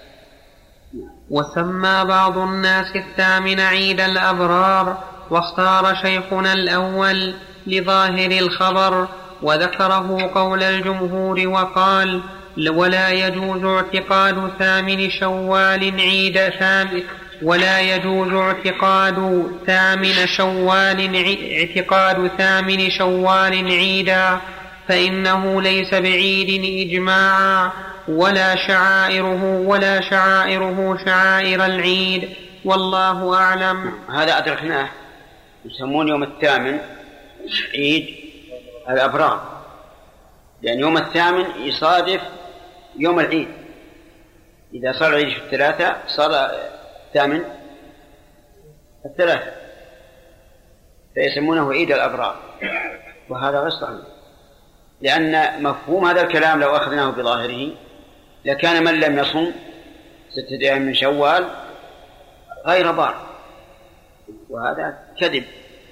وسمى بعض الناس الثامن عيد الأبرار، واختار شيخنا الأول لظاهر الخبر، وذكره قول الجمهور وقال: ولا يجوز اعتقاد ثامن شوال عيد ثامن ولا يجوز اعتقاد ثامن شوال اعتقاد ثامن شوال عيدا، فإنه ليس بعيد إجماعا، ولا شعائره ولا شعائره شعائر العيد، والله أعلم. هذا أدركناه، يسمون يوم الثامن عيد الأبرار، لأن يوم الثامن يصادف يوم العيد، إذا صار العيد في الثلاثة صار الثامن الثلاثة، فيسمونه عيد الأبرار، وهذا غير صحيح، لأن مفهوم هذا الكلام لو أخذناه بظاهره لكان من لم يصم ستة أيام من شوال غير بار، وهذا كذب.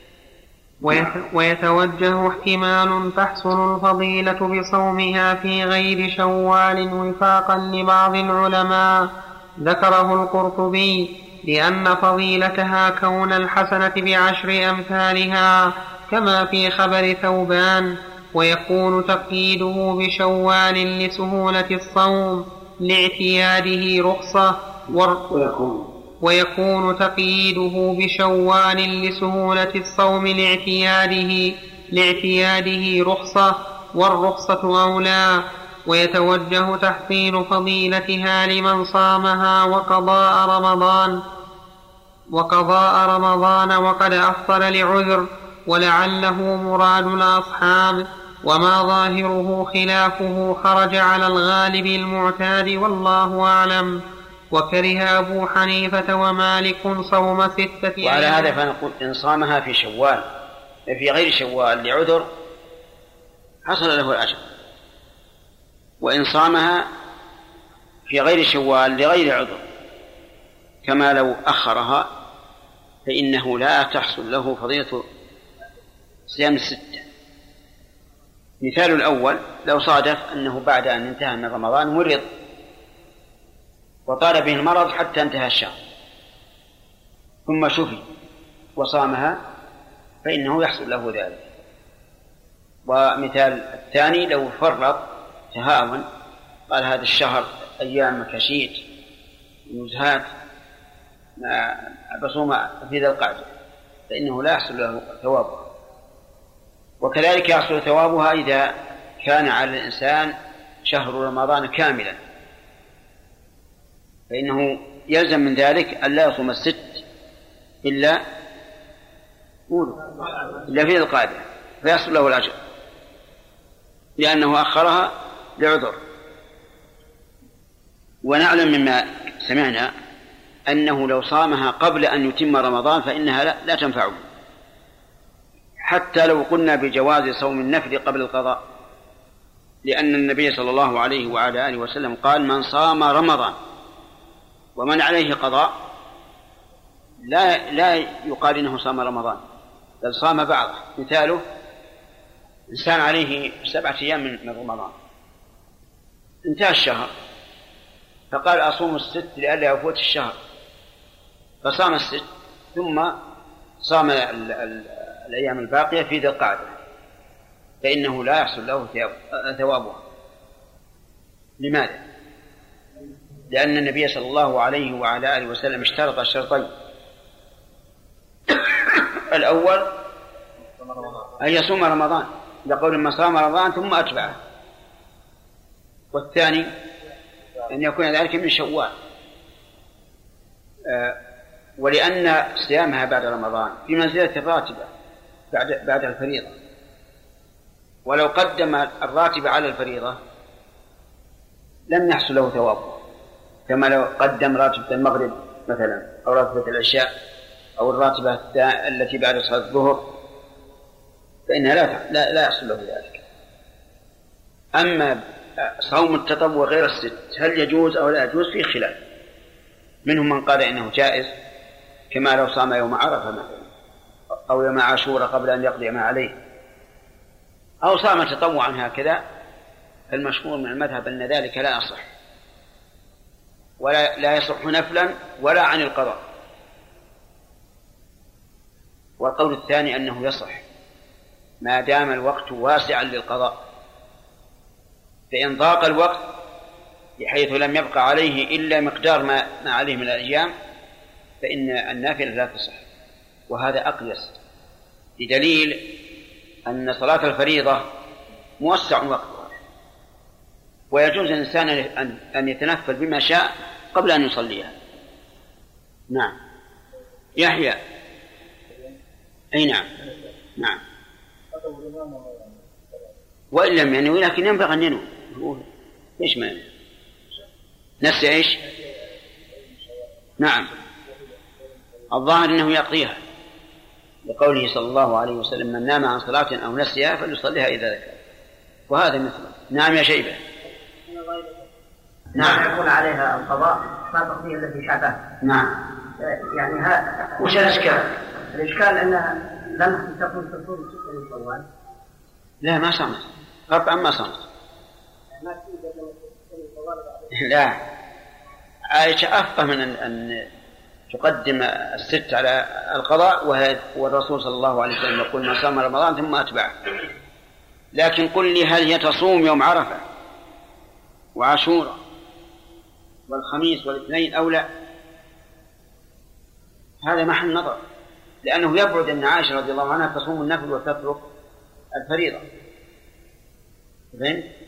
ويتوجه احتمال تحصل الفضيلة بصومها في غير شوال وفاقا لبعض العلماء، ذكره القرطبي، لأن فضيلتها كون الحسنة بعشر أمثالها كما في خبر ثوبان، ويكون تقييده بشوال لسهولة الصوم لاعتياده رخصة ويكون تقييده بشوال لسهولة الصوم لاعتياده لاعتياده رخصة، والرخصة أولى. ويتوجه تحصيل فضيلتها لمن صامها وقضاء رمضان وقضاء رمضان وقد أفطر لعذر، ولعله مراد الأصحاب، وما ظاهره خلافه خرج على الغالب المعتاد، والله أعلم. وكره أبو حنيفة ومالك صوم ستة أيام. وعلى هذا فنقول إن صامها في شوال في غير شوال لعذر حصل له الأجر، وإن صامها في غير شوال لغير عذر كما لو أخرها فإنه لا تحصل له فضيلة صيام الستة. مثال الأول لو صادف أنه بعد أن انتهى من رمضان مرض وطال به المرض حتى انتهى الشهر ثم شفي وصامها فإنه يحصل له ذلك. ومثال الثاني لو فرط تهاون قال هذا الشهر أيام مكاشيت نزهات بصوم في ذي القعدة فإنه لا يحصل له ثوابها. وكذلك يحصل ثوابها إذا كان على الإنسان شهر رمضان كاملا فإنه يلزم من ذلك أن لا يصوم الست إلا إلا في ذي القعدة فيحصل له الأجر لأنه أخرها لعذر. ونعلم مما سمعنا أنه لو صامها قبل أن يتم رمضان فإنها لا, لا تنفعه، حتى لو قلنا بجواز صوم النفل قبل القضاء، لأن النبي صلى الله عليه وعلى آله وسلم قال من صام رمضان ومن عليه قضاء لا, لا يقال إنه صام رمضان بل صام بعضه. مثاله إنسان عليه سبعة أيام من رمضان انتهى الشهر فقال أصوم الست لئلا يفوت الشهر فصام الست ثم صام ال ال الأيام الباقية في ذي القعدة فإنه لا يحصل له ثوابها. لماذا؟ لأن النبي صلى الله عليه وعلى آله وسلم اشترط الشرطين الأول أن يصوم رمضان لقول من صام رمضان ثم أتبعه، والثاني أن يكون ذلك من شوال. آه ولأن صيامها بعد رمضان في منزلة الراتبة بعد, بعد الفريضة، ولو قدم الراتبة على الفريضة لم يحصل له ثوابه، كما لو قدم راتبة المغرب مثلا أو راتبة العشاء أو الراتبة التي بعد صلاة الظهر فإنها لا, لا, لا يحصل له ذلك. أما صوم التطوع غير الست هل يجوز أو لا يجوز فيه خلاف، منهم من قال إنه جائز كما لو صام يوم عرفة مثلا أو يوم عاشوراء قبل أن يقضي ما عليه أو صام تطوعا هكذا، فالمشهور من المذهب أن ذلك لا يصح، ولا لا يصح نفلا ولا عن القضاء. والقول الثاني أنه يصح ما دام الوقت واسعا للقضاء، فإن ضاق الوقت بحيث لم يبقى عليه إلا مقدار ما, ما عليه من الأيام فإن النافلة لا تصح. وهذا أقيس بدليل أن صلاة الفريضة موسع وقتها، ويجوز الإنسان أن يتنفل بما شاء قبل أن يصليها. نعم. يحيى. أي نعم. نعم. وإن لم ينوي لكن ينبغي أن ينوي. إيش ما نسي إيش؟ نعم. الظاهر أنه يقضيها لقوله صلى الله عليه وسلم: من نام عن صلاة أو نسيها فليصليها إذا ذكر. وهذا مثله. نعم يا شيبة. نعم. يكون عليها القضاء ما تقضيه التي شعبه. نعم. يعني ها وش الإشكال؟ الإشكال أنها لم تكن تصوم ستة شوال. لا ما صامت قطعا ما صامت. لا، عائشة أفقه من أن تقدم الست على القضاء، والرسول صلى الله عليه وسلم يقول: ما صام رمضان ثم أتبعه. لكن قل لي هل هي تصوم يوم عرفة وعاشوراء والخميس والاثنين أو لا؟ هذا محل نظر، لأنه يبعد أن عائشة رضي الله عنها تصوم النفل وتترك الفريضة. فين؟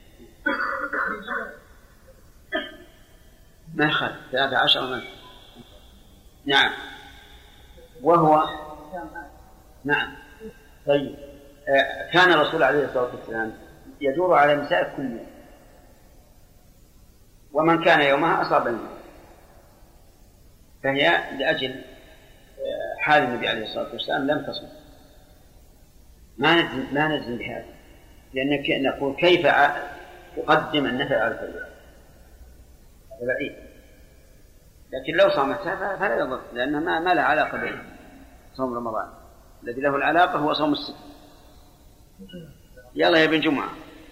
ما خل ثلاثة عشر من. نعم. وهو نعم. طيب. آه كان الرسول عليه الصلاة والسلام يدور على مسائل كل يوم، ومن كان يومها أصاب منه، فهي لأجل حال النبي عليه الصلاة والسلام لم تصم. ما نجزم ما نجزم بهذا، لأنك نقول كيف تقدم النفل على الفريضة؟ هذا بعيد. لكن لو صامتها فلا يضر، لأنها ما, ما لها علاقة به صوم رمضان. الذي له العلاقة هو صوم الست. يلا يا ابن جمعة.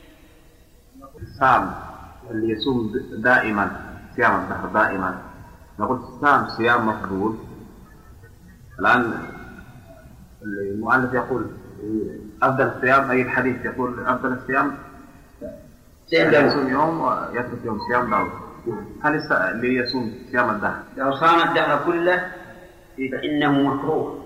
صام اللي يصوم دائما صيام الدهر دائما، نقول صام صيام مفروض. الآن المؤلف يقول أفضل الصيام، أي الحديث يقول أفضل الصيام يصوم يوم ويترك يوم صيام داود. هل اللي يصوم صيام الدهر لو صام الدهر كله فإنه مكروه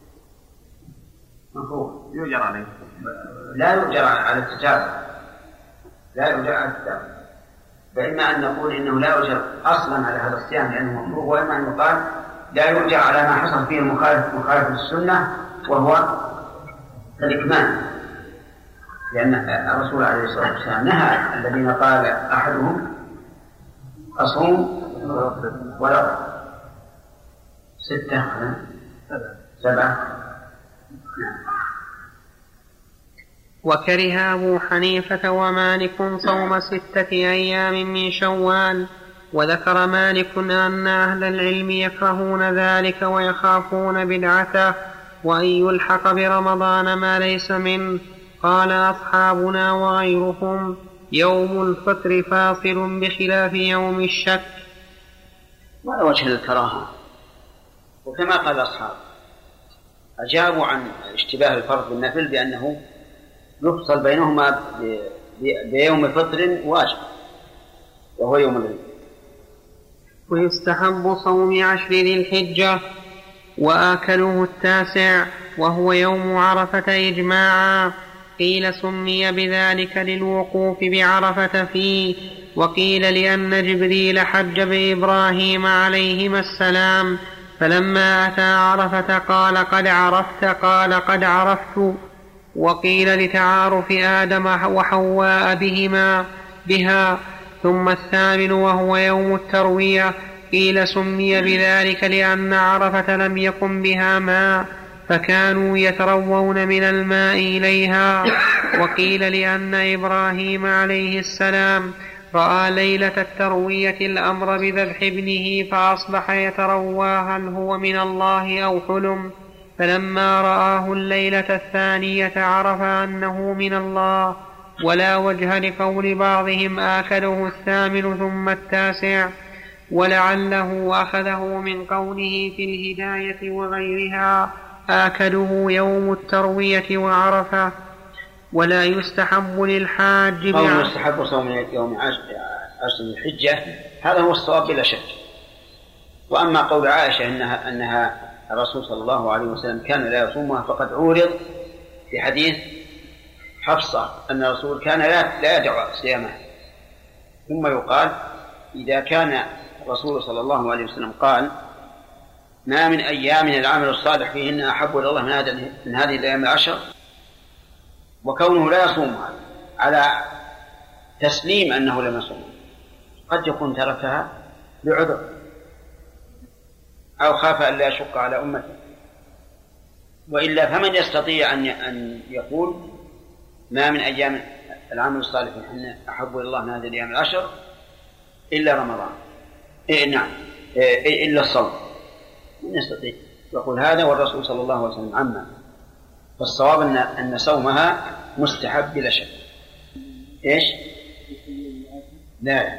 مكروه يؤجر عليه؟ لا يؤجر على التتابع، لا يؤجر على التتابع. فإما أن نقول إنه لا يؤجر أصلا على هذا الصيام لأنه مكروه، وإما أن يقال لا يؤجر على ما حصل فيه المخالف مخالف السنة وهو الإكمال، لأن الرسول عليه الصلاة والسلام نهى الذين قال أحدهم أصوم ولا ستة سبعة. وكره أبو حنيفة ومالك صوم ستة أيام من شوال. وذكر مالك أن أهل العلم يكرهون ذلك ويخافون بدعته وأن يلحق برمضان ما ليس منه. قال أصحابنا وغيرهم: يوم الفطر فاصل بخلاف يوم الشك. ولا وجه للكراهة، وكما قال أصحاب أجابوا عن اشتباه الفرض بالنفل بأنه يفصل بينهما بيوم فطر واجب وهو يوم العيد. ويستحب صوم عشر ذي الحجة وآكله التاسع وهو يوم عرفة إجماعا. قيل سمي بذلك للوقوف بعرفة فيه، وقيل لأن جبريل حج بإبراهيم عليهما السلام فلما أتى عرفة قال قد عرفت قال قد عرفت. وقيل لتعارف آدم وحواء بهما بها. ثم الثامن وهو يوم التروية، قيل سمي بذلك لأن عرفة لم يقم بها ماء فكانوا يتروون من الماء إليها. وقيل لأن إبراهيم عليه السلام رأى ليلة التروية الأمر بذبح ابنه فأصبح يتروى هل هو من الله أو حلم. فلما رآه الليلة الثانية عرف أنه من الله، ولا وجه لقول بعضهم آكله الثامن ثم التاسع، ولعله أخذه من قوله في الهداية وغيرها آكله يوم التروية وعرفة. ولا يستحب للحاج قول يستحب صوم يوم عشر الحجة هذا هو الصواب بلا شك. وأما قول عائشة إنها, أنها الرسول صلى الله عليه وسلم كان لا يصومها فقد عورض في حديث حفصة أن الرسول كان لا, لا يدع صيامها. ثم يقال إذا كان الرسول صلى الله عليه وسلم قال ما من أيام العمل الصالح فيهن أحب إلى الله من, هذا من هذه الأيام العشر، وكونه لا يصومها على تسليم أنه لم يصومها قد يكون تركها بعذر أو خاف أن لا يشق على أمته. وإلا فمن يستطيع أن يقول ما من أيام العمل الصالح فيهن أحب إلى الله من هذه الأيام العشر إلا رمضان، إيه نعم إيه إلا الصوم، من يستطيع يقول هذا والرسول صلى الله عليه وسلم عما. فالصواب أن أن صومها مستحب بلا شك. إيش؟ لا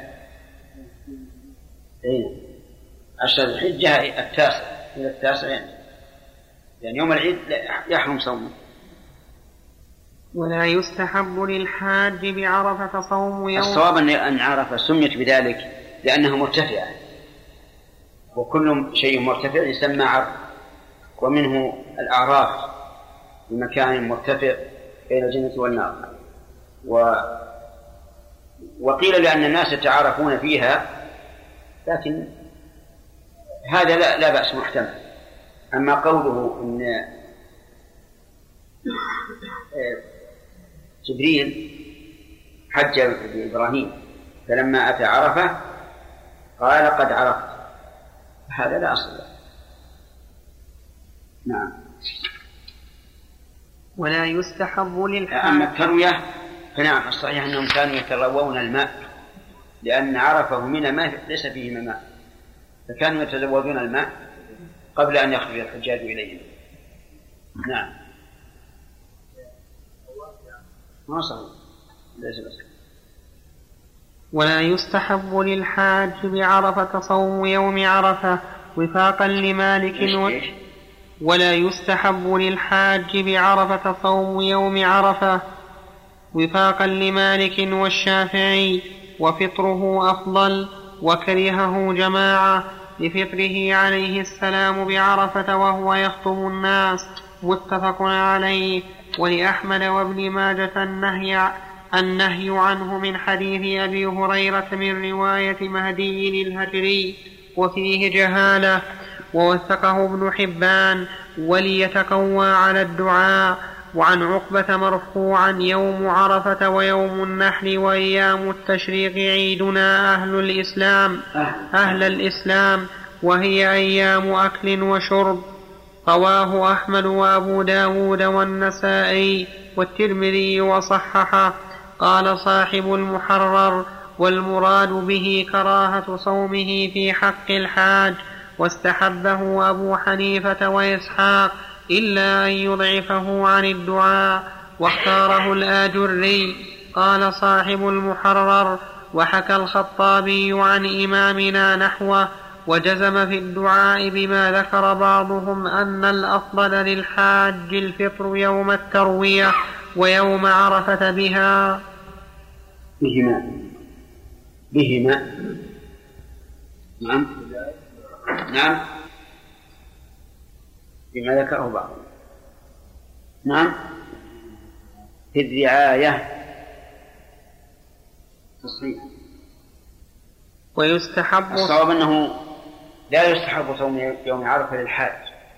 إيه عشر الحجة التاسع إلى التاسع يعني. يعني يوم العيد يحرم صومه. ولا يستحب للحاج بعرفة صوم يوم. الصواب أن عرفة سميت بذلك لأنها مرتفعة، وكل شيء مرتفع يسمى عرف، ومنه الأعراف بمكان مرتفع بين الجنة والنار. و... وقيل لأن الناس يتعارفون فيها، لكن هذا لا, لا بأس محتمل. أما قوله إن جبريل حج بإبراهيم فلما أتى عرفة قال قد عرفت، هذا لا أصل له. نعم. ولا يستحب للحاج. أما التروية فنعم الصحيح أنهم كانوا يتروون الماء، لأن عرفه من الماء ليس فيه ماء، فكانوا يتزودون الماء قبل أن يخرج الحجاج إليهم. نعم. ما صحيح ليس بس. ولا يستحب للحاج بعرفة صوم يوم عرفة وفاقا لمالك و... ولا يستحب للحاج بعرفة صوم يوم عرفة وفاقا لمالك والشافعي، وفطره أفضل، وكرهه جماعة لفطره عليه السلام بعرفة وهو يخطب الناس، متفق عليه. ولأحمد وابن ماجة النهي النهي عنه من حديث أبي هريرة من رواية مهدي الهجري وفيه جهالة، ووثقه ابن حبان وليتقوى على الدعاء. وعن عقبة مرفوعا يوم عرفة ويوم النحر وأيام التشريق عيدنا أهل الإسلام أهل الإسلام وهي أيام أكل وشرب. رواه أحمد وأبو داود والنسائي والترمذي وصححه. قال صاحب المحرر والمراد به كراهة صومه في حق الحاج، واستحبه أبو حنيفة وإسحاق إلا أن يضعفه عن الدعاء، واختاره الآجري. قال صاحب المحرر وحكى الخطابي عن إمامنا نحوه، وجزم في الدعاء بما ذكر بعضهم أن الأفضل للحاج الفطر يوم التروية ويوم عرفة بها بهما بهما نعم نعم بما ذكره بعضهم. نعم في الرعاية تصحيح. ويستحب الصواب أنه لا يستحب صوم يوم عرفة للحاج،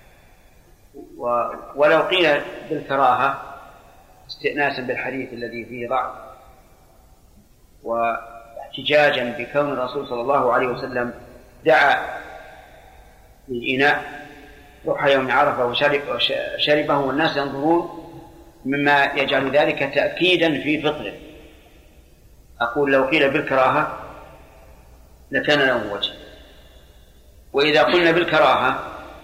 ولو قيل بالكراهة استئناسا بالحديث الذي فيه ضعف واحتجاجا بكون الرسول صلى الله عليه وسلم دعا للإناء روح يوم عرفة وشربه والناس ينظرون، مما يجعل ذلك تأكيدا في فطره. أقول لو قيل بالكراهة لكان له وجه، وإذا قلنا بالكراهة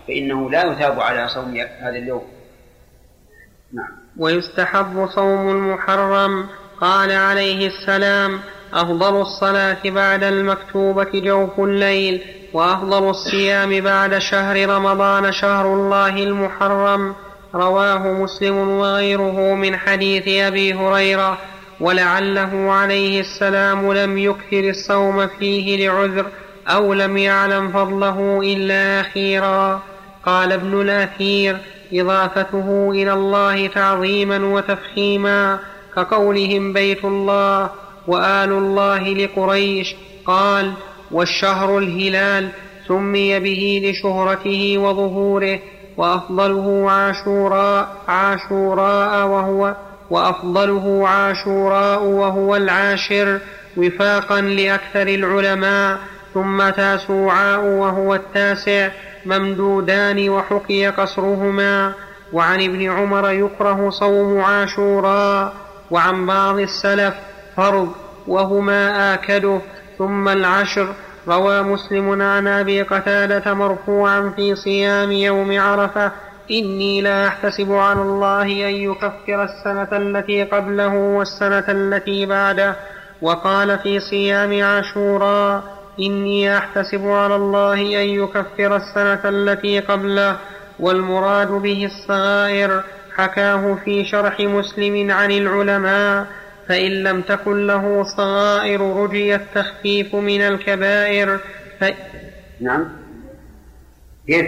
فإنه لا يثاب على صوم هذا اليوم. نعم. ويستحب صوم المحرم. قال عليه السلام: أفضل الصلاة بعد المكتوبة جوف الليل، وأفضل الصيام بعد شهر رمضان شهر الله المحرم. رواه مسلم وغيره من حديث أبي هريرة. ولعله عليه السلام لم يكثر الصوم فيه لعذر أو لم يعلم فضله إلا أخيرا. قال ابن الأثير: إضافته إلى الله تعظيما وتفخيما، كقولهم بيت الله وآل الله لقريش. قال: والشهر الهلال، سمي به لشهرته وظهوره. وأفضله عاشوراء عاشوراء وهو وأفضله عاشوراء وهو العاشر وفاقا لأكثر العلماء. ثم تاسوعاء وهو التاسع، ممدودان وحكي قصرهما. وعن ابن عمر يكره صوم عاشوراء، وعن بعض السلف فرض وهما آكده. ثم العشر. روى مسلم عن أبي قتادة مرفوعا في صيام يوم عرفة: إني لا أحتسب على الله أن يكفر السنة التي قبله والسنة التي بعده. وقال في صيام عاشوراء: إني أحتسب على الله أن يكفر السنة التي قبله. والمراد به الصغائر، حكاه في شرح مسلم عن العلماء. فإن لم تكن له صغائر رجي التخفيف من الكبائر. ف... نعم. كيف؟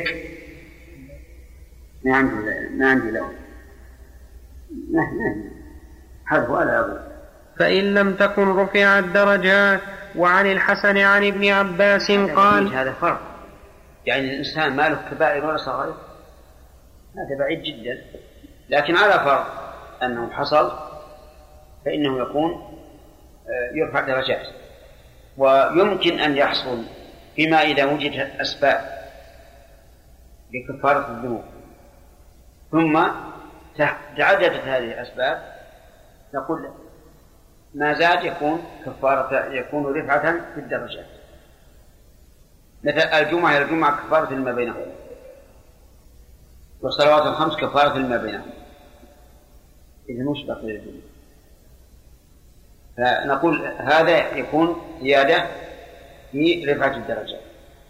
ما عندي ما عندي له. هذا ولا أقول. فإن لم تكن رفع الدرجات. وعن الحسن عن ابن عباس قال: هذا فرق، يعني الإنسان ما له كبائر ولا صغائر، هذا بعيد جدا. لكن على فرق أنه حصل فإنه يكون يرفع درجات. ويمكن أن يحصل فيما إذا وجدت أسباب لكفارة الذنوب ثم تعددت هذه الأسباب، نقول ما زاد يكون كفارة، يكون رفعة في الدرجات. مثل الجمعة إلى الجمعة كفارة لما بينهم، والصلوات الخمس كفارة لما بينهم. إذا مش بقي الجمعة، فنقول هذا يكون زيادة في رفعة الدرجات.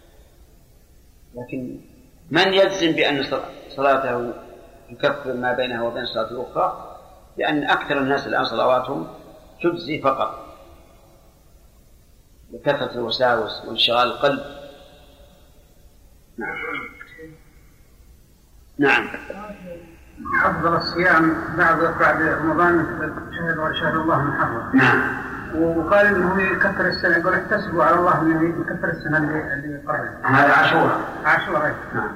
لكن من يجزم بأن صلاته يكفر ما بينها وبين الصلاة الأخرى؟ لأن أكثر الناس الآن صلواتهم تجزي فقط لكثرة الوساوس وانشغال القلب. نعم. نعم. أفضل الصيام بعد بعد رمضان شهر شهر الله المحرم. نعم. وقال إنه يكفر السنة، يقول احتسبوا على الله إنه يكفر السنة اللي اللي قبلها. هذا عاشوراء. عاشوراء. نعم.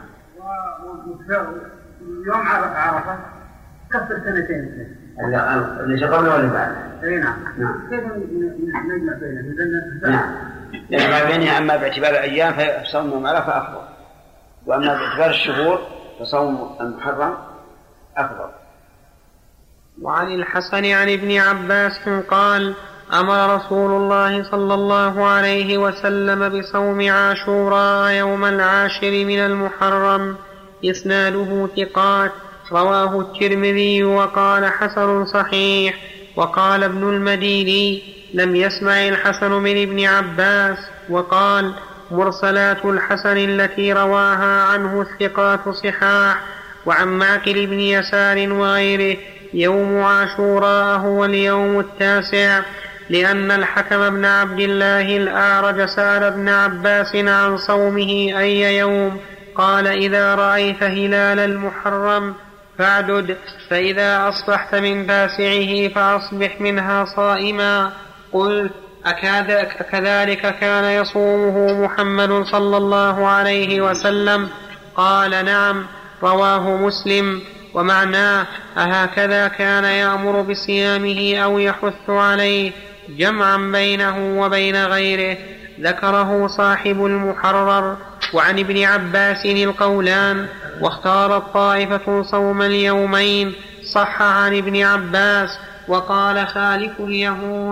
ويوم عرفة كفر سنتين. اللي قبله واللي بعده. اي نعم. نعم. كيف نجمع بينهم؟ نعم. نجمع بينها، أما باعتبار الأيام فصوم يوم عرفة أفضل، وأما باعتبار الشهور فصوم المحرم أفضل. وعن الحسن عن ابن عباس قال: أمر رسول الله صلى الله عليه وسلم بصوم عاشوراء يوم العاشر من المحرم. إسناده ثقات. رواه الترمذي وقال حسن صحيح. وقال ابن المديني: لم يسمع الحسن من ابن عباس. وقال: مرسلات الحسن التي رواها عنه الثقات صحاح. وعن معقل بن يسار وغيره: يوم عاشوراء هو اليوم التاسع، لأن الحكم بن عبد الله الأعرج سأل ابن عباس عن صومه أي يوم، قال: إذا رأيت هلال المحرم فاعدد، فإذا أصبحت من تاسعه فأصبح منها صائما. قلت: أكذلك كان يصومه محمد صلى الله عليه وسلم؟ قال: نعم. رواه مسلم. ومعناه: أهكذا كان يأمر بصيامه أو يحث عليه، جمعا بينه وبين غيره. ذكره صاحب المحرر. وعن ابن عباس القولان، واختارت طائفة صوم اليومين، صح عن ابن عباس. وقال خالف اليهود: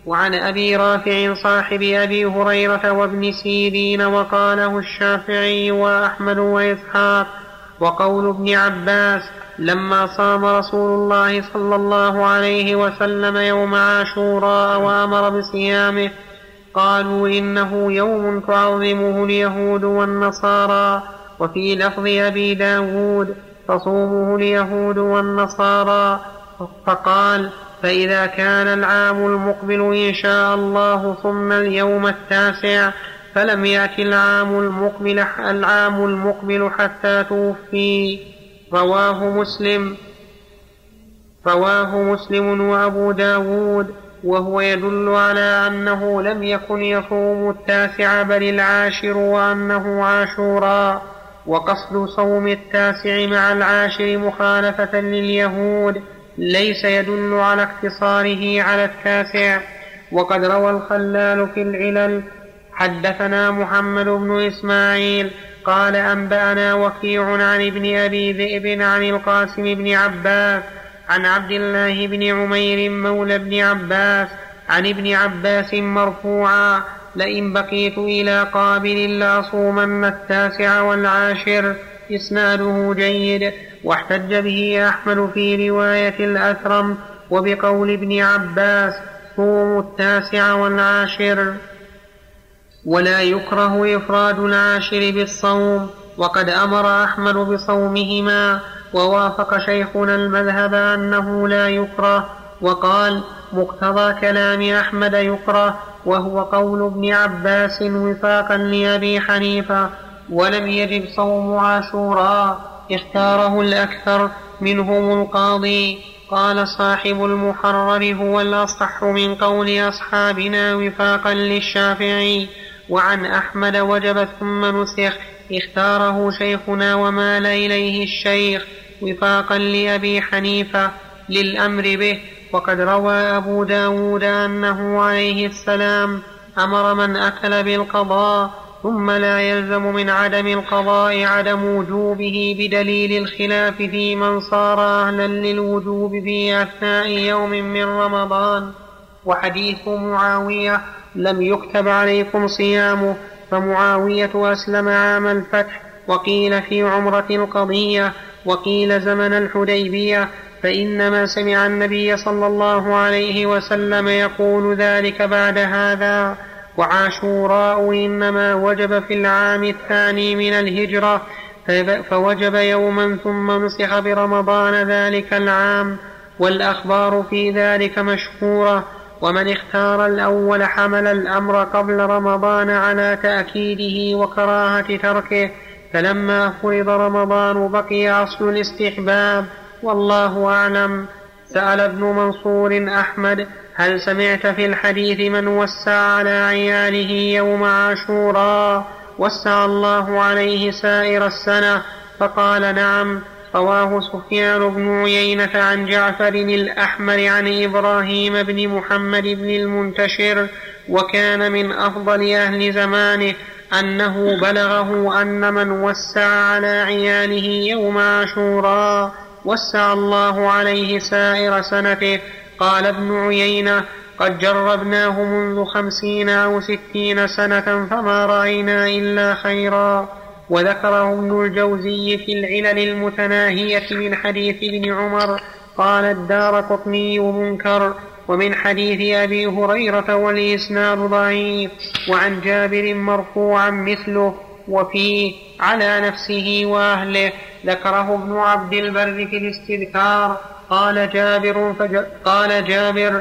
وعن أبي رافع صاحب أبي هريرة وابن سيرين وقاله الشافعي وأحمد وإسحاق. وقول ابن عباس لما صام رسول الله صلى الله عليه وسلم يوم عاشوراء وأمر بصيامه قالوا إنه يوم تعظمه اليهود والنصارى. وفي لفظ أبي داود تصومه اليهود والنصارى. فقال فإذا كان العام المقبل إن شاء الله ثم اليوم التاسع فلم يأتي العام المقبل, العام المقبل حتى توفي. رواه مسلم رواه مسلم وأبو داود. وهو يدل على أنه لم يكن يصوم التاسع بل العاشر وأنه عاشوراء. وقصد صوم التاسع مع العاشر مخالفة لليهود ليس يدل على اقتصاره على التاسع. وقد روى الخلال في العلل حدثنا محمد بن إسماعيل قال أنبأنا وكيع عن ابن أبي ذئب عن القاسم بن عباس عن عبد الله بن عمير مولى بن عباس عن ابن عباس مرفوعا لئن بقيت إلى قابل لأصومن التاسع والعاشر. إسناده جيد. واحتج به أحمد في رواية الأثرم وبقول ابن عباس صوموا التاسع والعاشر. ولا يكره إفراد العاشر بالصوم. وقد أمر أحمد بصومهما ووافق شيخنا المذهب أنه لا يكره. وقال مقتضى كلام أحمد يكره وهو قول ابن عباس وفاقا لأبي حنيفة. ولم يجب صوم عاشوراء اختاره الأكثر منهم القاضي. قال صاحب المحرر هو الأصح من قول أصحابنا وفاقا للشافعي. وعن أحمد وجب ثم نسخ اختاره شيخنا ومال إليه الشيخ وفاقا لأبي حنيفة للأمر به. وقد روى أبو داود أنه عليه السلام أمر من أكل بالقضاء ثم لا يلزم من عدم القضاء عدم وجوبه بدليل الخلاف في من صار أهلا للوجوب في أثناء يوم من رمضان. وحديث معاوية لم يكتب عليكم صيامه فمعاوية أسلم عام الفتح وقيل في عمرة القضية وقيل زمن الحديبية فإنما سمع النبي صلى الله عليه وسلم يقول ذلك بعد هذا. وعاشوراء إنما وجب في العام الثاني من الهجرة فوجب يوما ثم نسخ برمضان ذلك العام. والأخبار في ذلك مشهورة. ومن اختار الأول حمل الأمر قبل رمضان على تأكيده وكراهة تركه فلما فرض رمضان بقي أصل الاستحباب والله أعلم. سأل ابن منصور أحمد هل سمعت في الحديث من وسع على عياله يوم عاشوراء وسع الله عليه سائر السنة؟ فقال نعم. رواه سفيان بن عيينة عن جعفر الأحمر عن إبراهيم بن محمد بن المنتشر وكان من أفضل أهل زمانه أنه بلغه أن من وسع على عياله يوم عاشوراء وسع الله عليه سائر سنته. قال ابن عيينة قد جربناه منذ خمسين أو ستين سنة فما رأينا إلا خيرا. وذكره ابن الجوزي في العلل المتناهية من حديث ابن عمر قال الدارقطني منكر ومن حديث أبي هريرة والإسناد ضعيف. وعن جابر مرفوعا مثله وفيه على نفسه وأهله. ذكره ابن عبد البر في الاستذكار. قال جابر, فج... قال جابر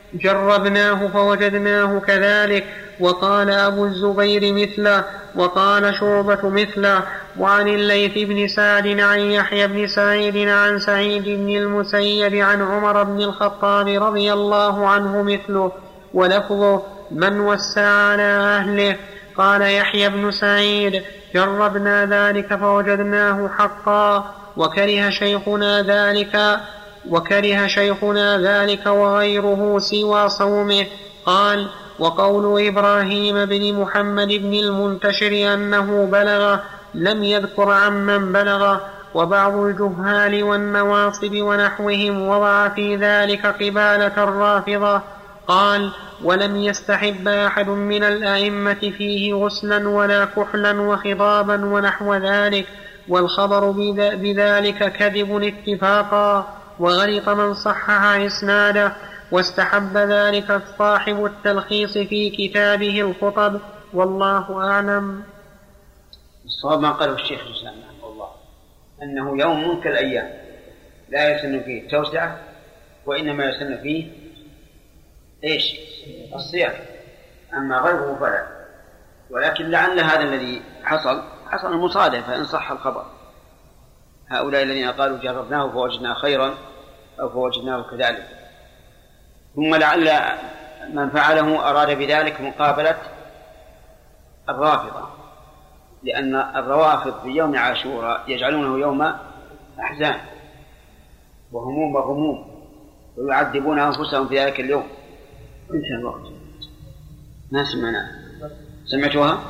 جربناه فوجدناه كذلك. وقال أبو الزبير مثله وقال شعبة مثله. وعن الليث بن سعد عن يحيى بن سعيد عن سعيد بن المسيب عن عمر بن الخطاب رضي الله عنه مثله ولفظه من وسع على أهله. قال يحيى بن سعيد جربنا ذلك فوجدناه حقا وكره شيخنا ذلك وكره شيخنا ذلك وغيره سوى صومه. قال وقول إبراهيم بن محمد بن المنتشر أنه بلغ لم يذكر عمن بلغ. وبعض الجهال والنواصب ونحوهم وضع في ذلك قبالة الرافضة. قال: ولم يستحب أحد من الأئمة فيه غسلا ولا كحلا وخضابا ونحو ذلك، والخبر بذلك كذب اتفاقا، وغلط من صحح إسناده، واستحب ذلك صاحب التلخيص في كتابه الخطب، والله أعلم. الصواب ما قاله الشيخ الإسلام رحمه الله أنه يوم كالأيام لا يسن فيه التوسعة، وإنما يسن فيه إيش؟ الصيام، أما غيره فلا. ولكن لعل هذا الذي حصل حصل المصادفة إن صح الخبر. هؤلاء الذين قالوا جربناه فوجدنا خيرا أو فوجدناه كذلك، ثم لعل من فعله أراد بذلك مقابلة الرافضة، لأن الروافض في يوم عاشوراء يجعلونه يوم أحزان وهموم وغموم، ويعذبون أنفسهم في ذلك اليوم. انتهى الوقت. ما سمعنا سمعتوها؟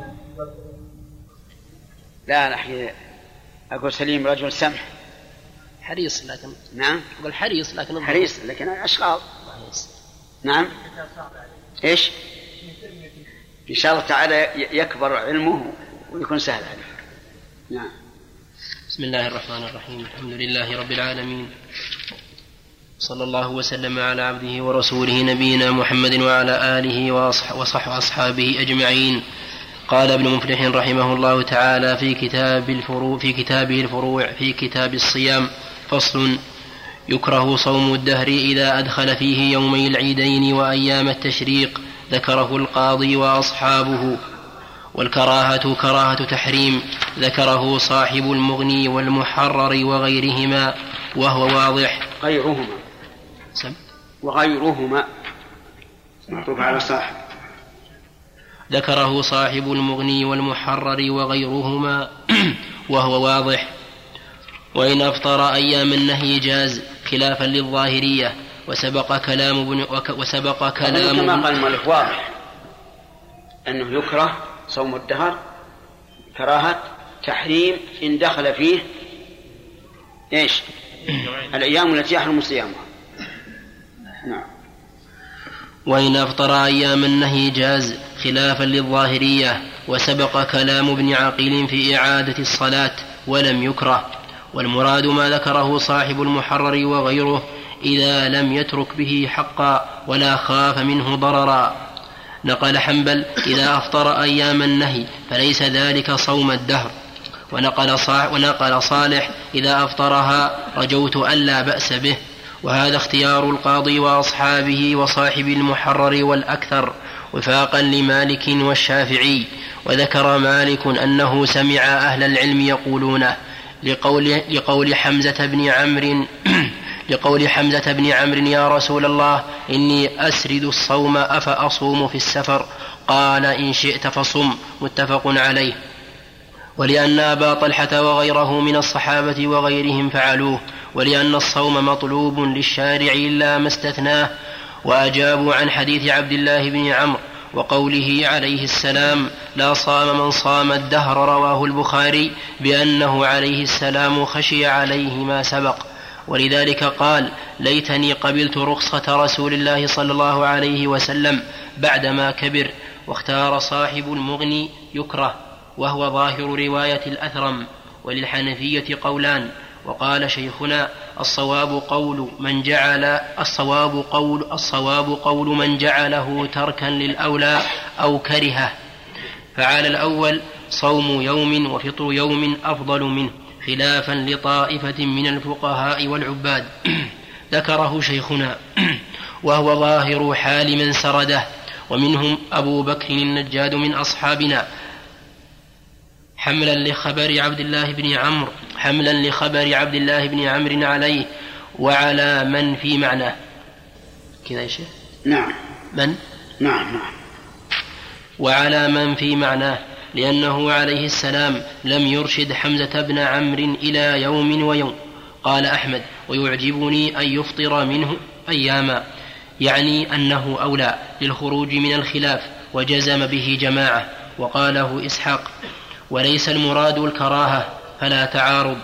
لا نحن أقول سليم رجل سمح حريص، لكن نعم أقول حريص لكن حريص لكن أشغال. نعم إيش إن شاء الله تعالى يكبر علمه ويكون سهل عليه. نعم. بسم الله الرحمن الرحيم. الحمد لله رب العالمين، صلى الله وسلم على عبده ورسوله نبينا محمد وعلى آله وصحبه أجمعين. قال ابن مفلح رحمه الله تعالى في كتاب الفروع في كتابه الفروع في كتاب الصيام: فصل: يكره صوم الدهر إذا أدخل فيه يومي العيدين وأيام التشريق، ذكره القاضي وأصحابه. والكراهة كراهة تحريم، ذكره صاحب المغني والمحرر وغيرهما، وهو واضح. غيرهما سم. وغيرهما معطوف على صاحب. ذكره صاحب المغني والمحرر وغيرهما وهو واضح. وإن أفطر أيام النهي جاز خلافا للظاهرية، وسبق كلام ابن وسبق كلام كما قال المؤلف واضح أنه يكره صوم الدهر كراهة تحريم إن دخل فيه إيش الأيام التي يحرم صيامها. نعم. وإن أفطر أيام النهي جاز خلافا للظاهرية، وسبق كلام ابن عقيل في إعادة الصلاة ولم يكره. والمراد ما ذكره صاحب المحرر وغيره إذا لم يترك به حقا ولا خاف منه ضررا. نقل حنبل: إذا أفطر أيام النهي فليس ذلك صوم الدهر. ونقل صالح, ونقل صالح: إذا أفطرها رجوت ألا بأس به. وهذا اختيار القاضي وأصحابه وصاحب المحرر والأكثر، وفاقا لمالك والشافعي. وذكر مالك أنه سمع أهل العلم يقولونه لقول, لقول حمزة بن عمرو لقول حمزة بن عمرو: يا رسول الله إني أسرد الصوم أفأصوم في السفر؟ قال: إن شئت فصم. متفق عليه. ولأن أبا طلحة وغيره من الصحابة وغيرهم فعلوه، ولأن الصوم مطلوب للشارع إلا ما استثناه. وأجابوا عن حديث عبد الله بن عمرو وقوله عليه السلام: لا صام من صام الدهر، رواه البخاري، بأنه عليه السلام خشي عليه ما سبق. ولذلك قال: ليتني قبلت رخصة رسول الله صلى الله عليه وسلم بعدما كبر. واختار صاحب المغني يكره، وهو ظاهر رواية الأثرم. وللحنفية قولان، وقال شيخنا: الصواب قول من جعل الصواب قول الصواب قول من جعله تركا للأولى أو كرهه. فعلى الأول صوم يوم وفطر يوم أفضل منه، خلافا لطائفة من الفقهاء والعباد. ذكره شيخنا وهو ظاهر حال من سرده، ومنهم أبو بكر النجاد من أصحابنا، حملا لخبر عبد الله بن عمرو حملا لخبر عبد الله بن عمرو عليه، وعلى من في معناه كذا يا شيخ. نعم. من نعم نعم وعلى من في معناه، لأنه عليه السلام لم يرشد حمزة بن عمرو إلى يوم ويوم. قال أحمد: ويعجبني أن يفطر منه أياما، يعني أنه أولى للخروج من الخلاف، وجزم به جماعة. وقاله إسحاق: وليس المراد الكراهة، فلا تعارض.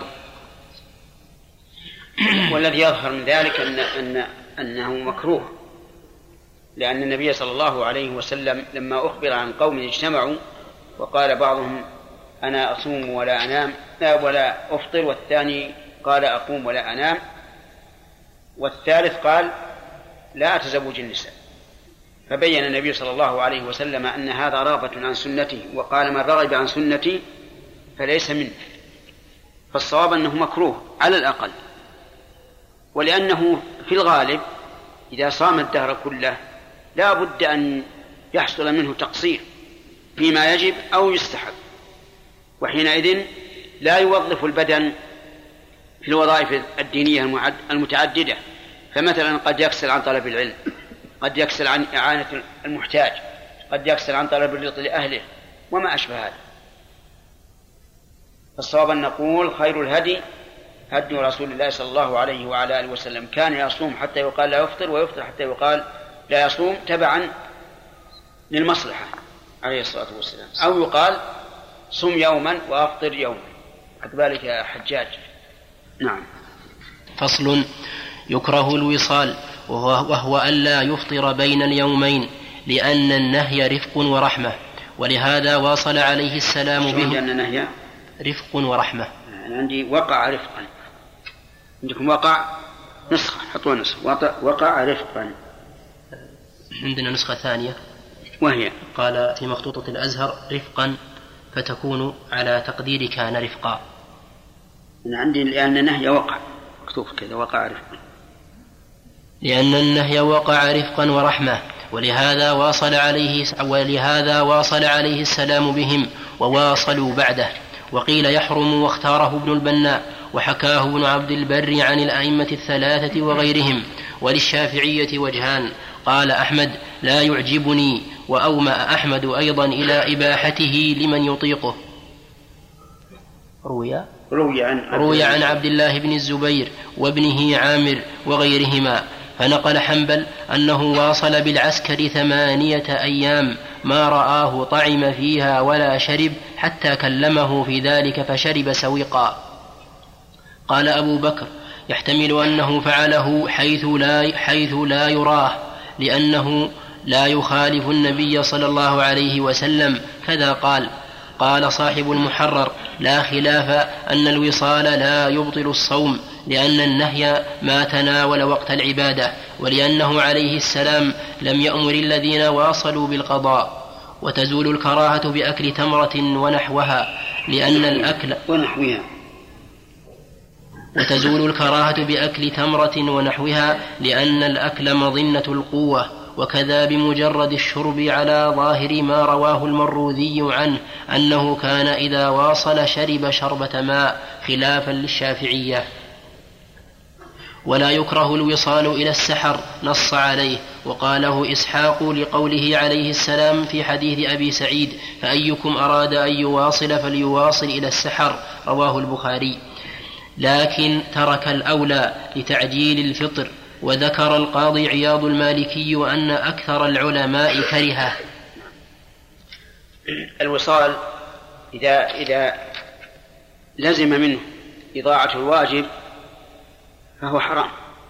والذي يظهر من ذلك أن أن أنه مكروه، لأن النبي صلى الله عليه وسلم لما أخبر عن قوم اجتمعوا وقال بعضهم أنا أصوم ولا أنام ولا أفطر، والثاني قال أقوم ولا أنام، والثالث قال لا أتزوج النساء، فبين النبي صلى الله عليه وسلم أن هذا راغبة عن سنته، وقال من رغب عن سنتي فليس منه. فالصواب أنه مكروه على الأقل، ولأنه في الغالب إذا صام الدهر كله لا بد أن يحصل منه تقصير فيما يجب أو يستحب، وحينئذ لا يوظف البدن في الوظائف الدينية المتعددة. فمثلا قد يكسل عن طلب العلم، قد يكسل عن إعانة المحتاج، قد يكسل عن طلب الرزق لأهله وما أشبه هذا. فالصواب أن نقول خير الهدي هدي رسول الله صلى الله عليه وعلى آله وسلم، كان يصوم حتى يقال لا يفطر، ويفطر حتى يقال لا يصوم تبعا للمصلحة عليه الصلاة والسلام، أو يقال صم يوما وأفطر يوما، كذلك يا حجاج. نعم. فصل: يكره الوصال، وهو ألا يفطر بين اليومين، لأن النهي رفق ورحمة، ولهذا واصل عليه السلام به. لأن النهي رفق ورحمة. أنا عندي وقع رفقا، عندكم وقع نسخة، حطوا نسخة وقع رفقا. عندنا نسخة ثانية وهي قال في مخطوطة الأزهر رفقا، فتكون على تقدير كان رفقا. أنا عندي لأن النهي وقع مكتوب كذا وقع رفقا، لأن النهي وقع رفقا ورحمة، ولهذا واصل عليه ولهذا واصل عليه السلام بهم وواصلوا بعده. وقيل يحرم، واختاره ابن البناء، وحكاه ابن عبد البر عن الأئمة الثلاثة وغيرهم. وللشافعية وجهان، قال أحمد لا يعجبني، وأومأ أحمد أيضا إلى إباحته لمن يطيقه. روي روي عن, روي عن عبد الله بن الزبير وابنه عامر وغيرهما. فنقل حنبل أنه واصل بالعسكر ثمانية أيام ما رآه طعم فيها ولا شرب، حتى كلمه في ذلك فشرب سويقا. قال أبو بكر يحتمل أنه فعله حيث لا, حيث لا يراه، لأنه لا يخالف النبي صلى الله عليه وسلم. كذا قال قال صاحب المحرر لا خلاف أن الوصال لا يبطل الصوم، لأن النهي ما تناول وقت العبادة، ولأنه عليه السلام لم يأمر الذين واصلوا بالقضاء. وتزول الكراهة بأكل تمرة ونحوها، لأن الأكل ونحوها وتزول الكراهة بأكل تمرة ونحوها لأن الأكل مظنة القوة. وكذا بمجرد الشرب على ظاهر ما رواه المروذي عنه أنه كان إذا واصل شرب شربة ماء، خلافا للشافعية. ولا يكره الوصال إلى السحر، نص عليه، وقاله إسحاق لقوله عليه السلام في حديث أبي سعيد فأيكم أراد أن يواصل فليواصل إلى السحر، رواه البخاري. لكن ترك الأولى لتعجيل الفطر. وذكر القاضي عياض المالكي أن أكثر العلماء كرهه. الوصال إذا, إذا لزم منه إضاعة الواجب فهو حرام،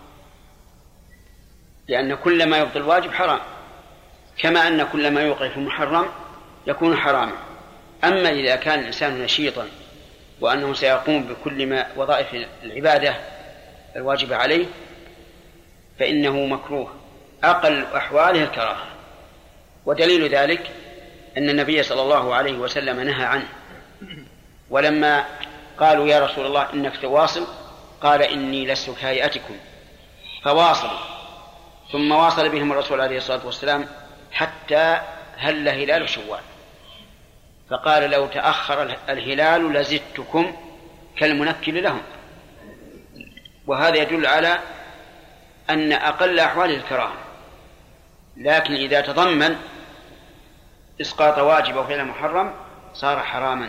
لأن كل ما يبطل الواجب حرام، كما أن كل ما يوقف المحرم يكون حراما. أما إذا كان الإنسان نشيطا وأنه سيقوم بكل ما وظائف العبادة الواجبة عليه فإنه مكروه، أقل أحواله الكراهة. ودليل ذلك أن النبي صلى الله عليه وسلم نهى عنه، ولما قالوا يا رسول الله إنك تواصل قال إني لست كهيئتكم، فواصلوا. ثم واصل بهم الرسول عليه الصلاة والسلام حتى هل هلال شوال، فقال لو تأخر الهلال لزدتكم كالمنكل لهم. وهذا يدل على أن أقل أحوال الكراهة، لكن إذا تضمن إسقاط واجب وفعل محرم صار حراما.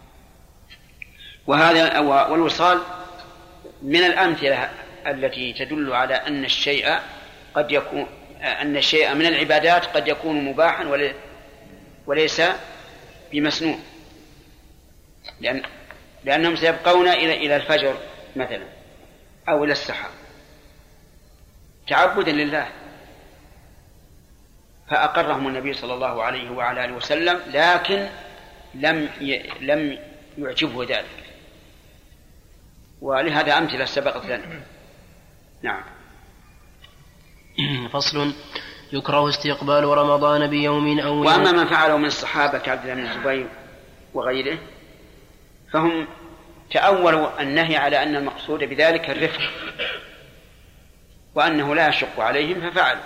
وهذا والوصال من الأمثلة التي تدل على أن الشيء قد يكون أن الشيء من العبادات قد يكون مباحا وليس بمسنون، لأن لأنهم سيبقون إلى إلى الفجر مثلا أو إلى السحر تعبدا لله. فأقرهم النبي صلى الله عليه وعلى آله وسلم، لكن لم لم يعجبه ذلك، ولهذا أمثلة سبقت لنا. نعم. فصل: يكره استقبال رمضان بيوم أو يوم. وأما من فعله من الصحابة كعبد الله بن الزبير وغيره فهم تأولوا النهي على أن المقصود بذلك الرفق، وأنه لا يشق عليهم ففعلوا.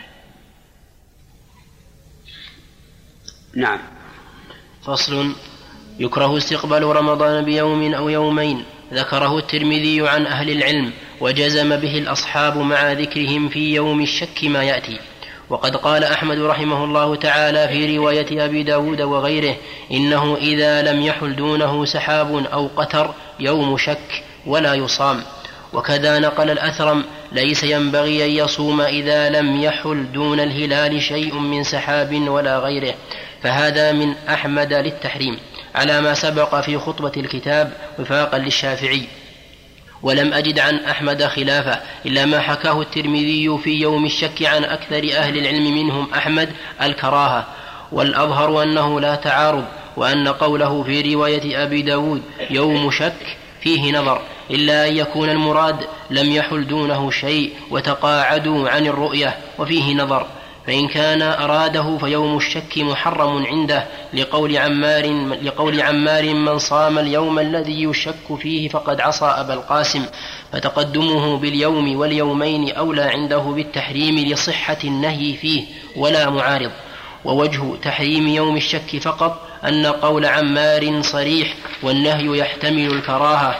نعم. فصل: يكره استقبال رمضان بيوم أو يومين. ذكره الترمذي عن أهل العلم وجزم به الأصحاب مع ذكرهم في يوم الشك ما يأتي. وقد قال أحمد رحمه الله تعالى في رواية أبي داود وغيره: إنه إذا لم يحل دونه سحاب أو قتر يوم شك ولا يصام. وكذا نقل الأثرم: ليس ينبغي أن يصوم إذا لم يحل دون الهلال شيء من سحاب ولا غيره، فهذا من أحمد للتحريم على ما سبق في خطبة الكتاب وفاقا للشافعي. ولم أجد عن أحمد خلافه إلا ما حكاه الترمذي في يوم الشك عن أكثر أهل العلم منهم أحمد الكراهة، والأظهر أنه لا تعارض، وأن قوله في رواية أبي داود يوم شك فيه نظر، إلا أن يكون المراد لم يحل دونه شيء وتقاعدوا عن الرؤية، وفيه نظر. فإن كان أراده فيوم الشك محرم عنده، لقول عمار, لقول عمار: من صام اليوم الذي يشك فيه فقد عصى أبا القاسم، فتقدمه باليوم واليومين أولى عنده بالتحريم لصحة النهي فيه ولا معارض. ووجه تحريم يوم الشك فقط أن قول عمار صريح، والنهي يحتمل الكراهة.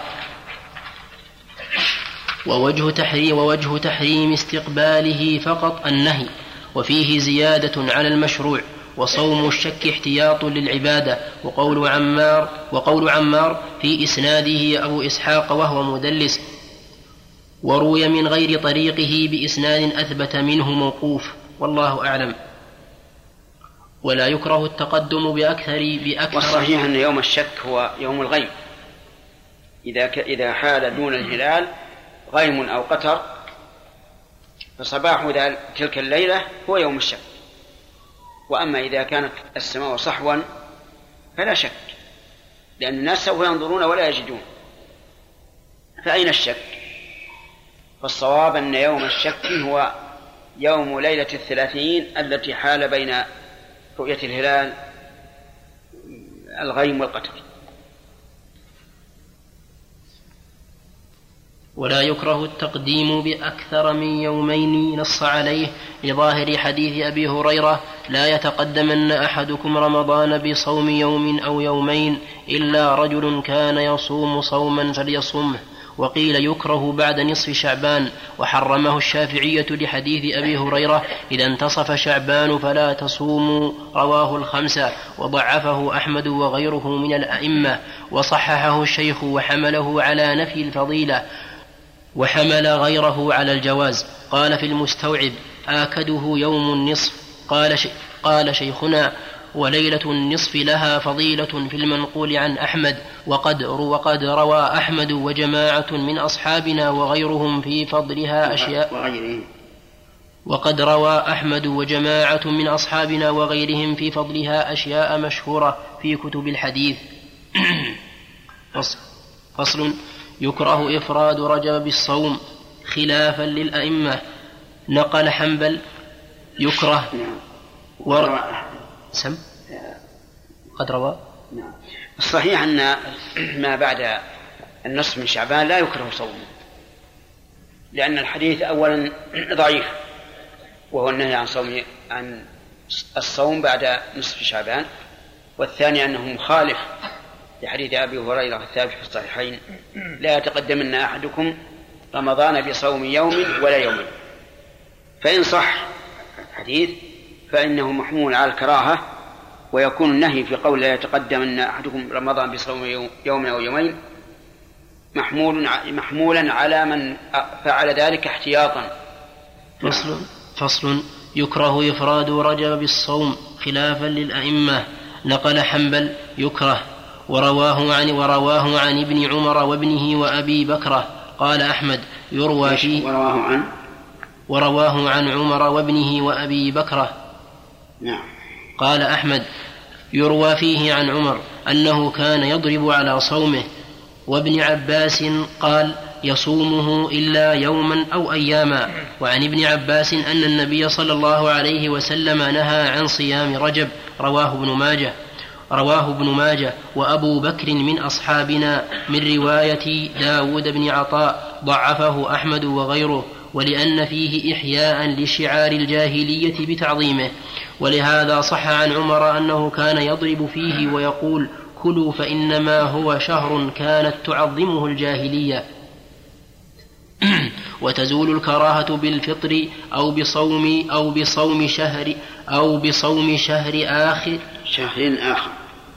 ووجه تحريم, ووجه تحريم استقباله فقط النهي، وفيه زيادة على المشروع. وصوم الشك احتياط للعبادة. وقول عمار, وقول عمار في إسناده أبو إسحاق وهو مدلس، وروي من غير طريقه بإسناد أثبت منه موقوف، والله أعلم. ولا يكره التقدم بأكثر بأكثر والصحيح أن يوم الشك هو يوم الغيم، إذا إذا حال دون الهلال غيم أو قتر فصباح تلك الليلة هو يوم الشك. وأما إذا كانت السماء صحوا فلا شك، لأن الناس سوف ينظرون ولا يجدون، فأين الشك؟ فالصواب أن يوم الشك هو يوم ليلة الثلاثين التي حال بين رؤية الهلال الغيم والقتر. ولا يكره التقديم بأكثر من يومين، نص عليه لظاهر حديث أبي هريرة: لا يتقدمن أحدكم رمضان بصوم يوم أو يومين إلا رجل كان يصوم صوما فليصومه. وقيل يكره بعد نصف شعبان، وحرمه الشافعية لحديث أبي هريرة: إذا انتصف شعبان فلا تصوموا، رواه الخمسة. وضعفه أحمد وغيره من الأئمة، وصححه الشيخ وحمله على نفي الفضيلة، وحمل غيره على الجواز. قال في المستوعب: آكده يوم النصف. قال, شي قال شيخنا: وليلة النصف لها فضيلة في المنقول عن أحمد، وقد, وقد روى أحمد وجماعة من أصحابنا وغيرهم في فضلها أشياء وقد روى أحمد وجماعة من أصحابنا وغيرهم في فضلها أشياء مشهورة في كتب الحديث. فصل: يكره إفراد رجب بالصوم خلافا للأئمة. نقل حنبل: يكره ور... سم قد روى. الصحيح أن ما بعد النصف من شعبان لا يكره صومه، لأن الحديث أولا ضعيف، وهو النهي عن صوم عن الصوم بعد نصف شعبان، والثاني أنه مخالف لحديث أبي هريرة الثابت في الصحيحين: لا يتقدمن أحدكم رمضان بصوم يوم ولا يومين. فإن صح الحديث فإنه محمول على الكراهة، ويكون النهي في قول لا يتقدمن أحدكم رمضان بصوم يوم أو يومين محمول محمولا على من فعل ذلك احتياطا. فصل, فصل يكره إفراد رجب بالصوم خلافا للأئمة. نقل حنبل: يكره، ورواه عن, ورواه عن ابن عمر وابنه وأبي بكرة. قال أحمد: يروى فيه ورواه عن ورواه عن عمر وابنه وأبي بكرة. نعم. قال أحمد: يروى فيه عن عمر أنه كان يضرب على صومه. وابن عباس قال: يصومه إلا يوما أو أياما. وعن ابن عباس أن النبي صلى الله عليه وسلم نهى عن صيام رجب. رواه ابن ماجه رواه ابن ماجه وأبو بكر من أصحابنا من رواية داود بن عطاء، ضعفه أحمد وغيره، ولأن فيه إحياء لشعار الجاهلية بتعظيمه. ولهذا صح عن عمر أنه كان يضرب فيه ويقول: كلوا فإنما هو شهر كانت تعظمه الجاهلية. وتزول الكراهة بالفطر أو بصوم أو بصوم شهر أو بصوم شهر آخر شهر آخر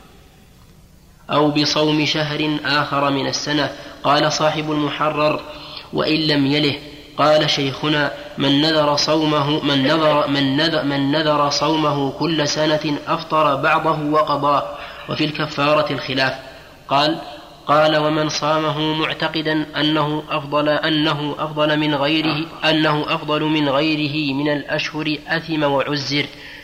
أو بصوم شهر آخر من السنة. قال صاحب المحرر: وإن لم يله. قال شيخنا: من نذر صومه من نذر من نذر من نذر صومه كل سنة أفطر بعضه وقضاه. وفي الكفارة الخلاف. قال قال ومن صامه معتقدا أنه أفضل أنه أفضل من غيره أنه أفضل من غيره من الأشهر أثم وعزر.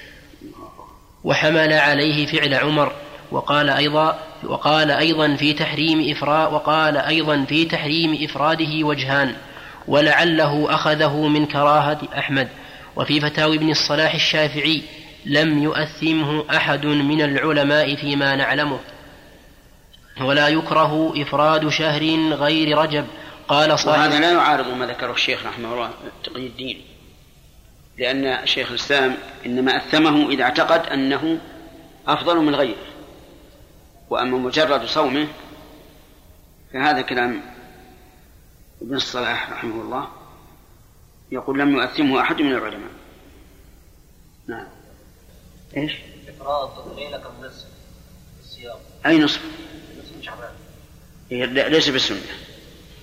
وحمل عليه فعل عمر. وقال أيضا وقال أيضا في تحريم إفراد وقال أيضا في تحريم إفراده وجهان، ولعله أخذه من كراهة أحمد. وفي فتاوي ابن الصلاح الشافعي: لم يؤثمه أحد من العلماء فيما نعلمه، ولا يكره إفراد شهر غير رجب. قال صاحب وهذا لا يعارض ما ذكره الشيخ رحمه الله تقي الدين، لأن شيخ الإسلام إنما أثمه إذا اعتقد أنه أفضل من غيره، وأما مجرد صومه فهذا كلام ابن الصلاح رحمه الله، يقول لم يؤثمه أحد من العلماء. نعم. إيش؟ إفراد ليلة النصف الصيام. أي نصف؟ نصف شعبان. ليس بالسنة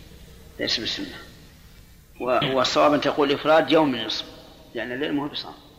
ليس بالسنة والصواب أن تقول إفراد يوم النصف، لأن الليل ما هو بصام.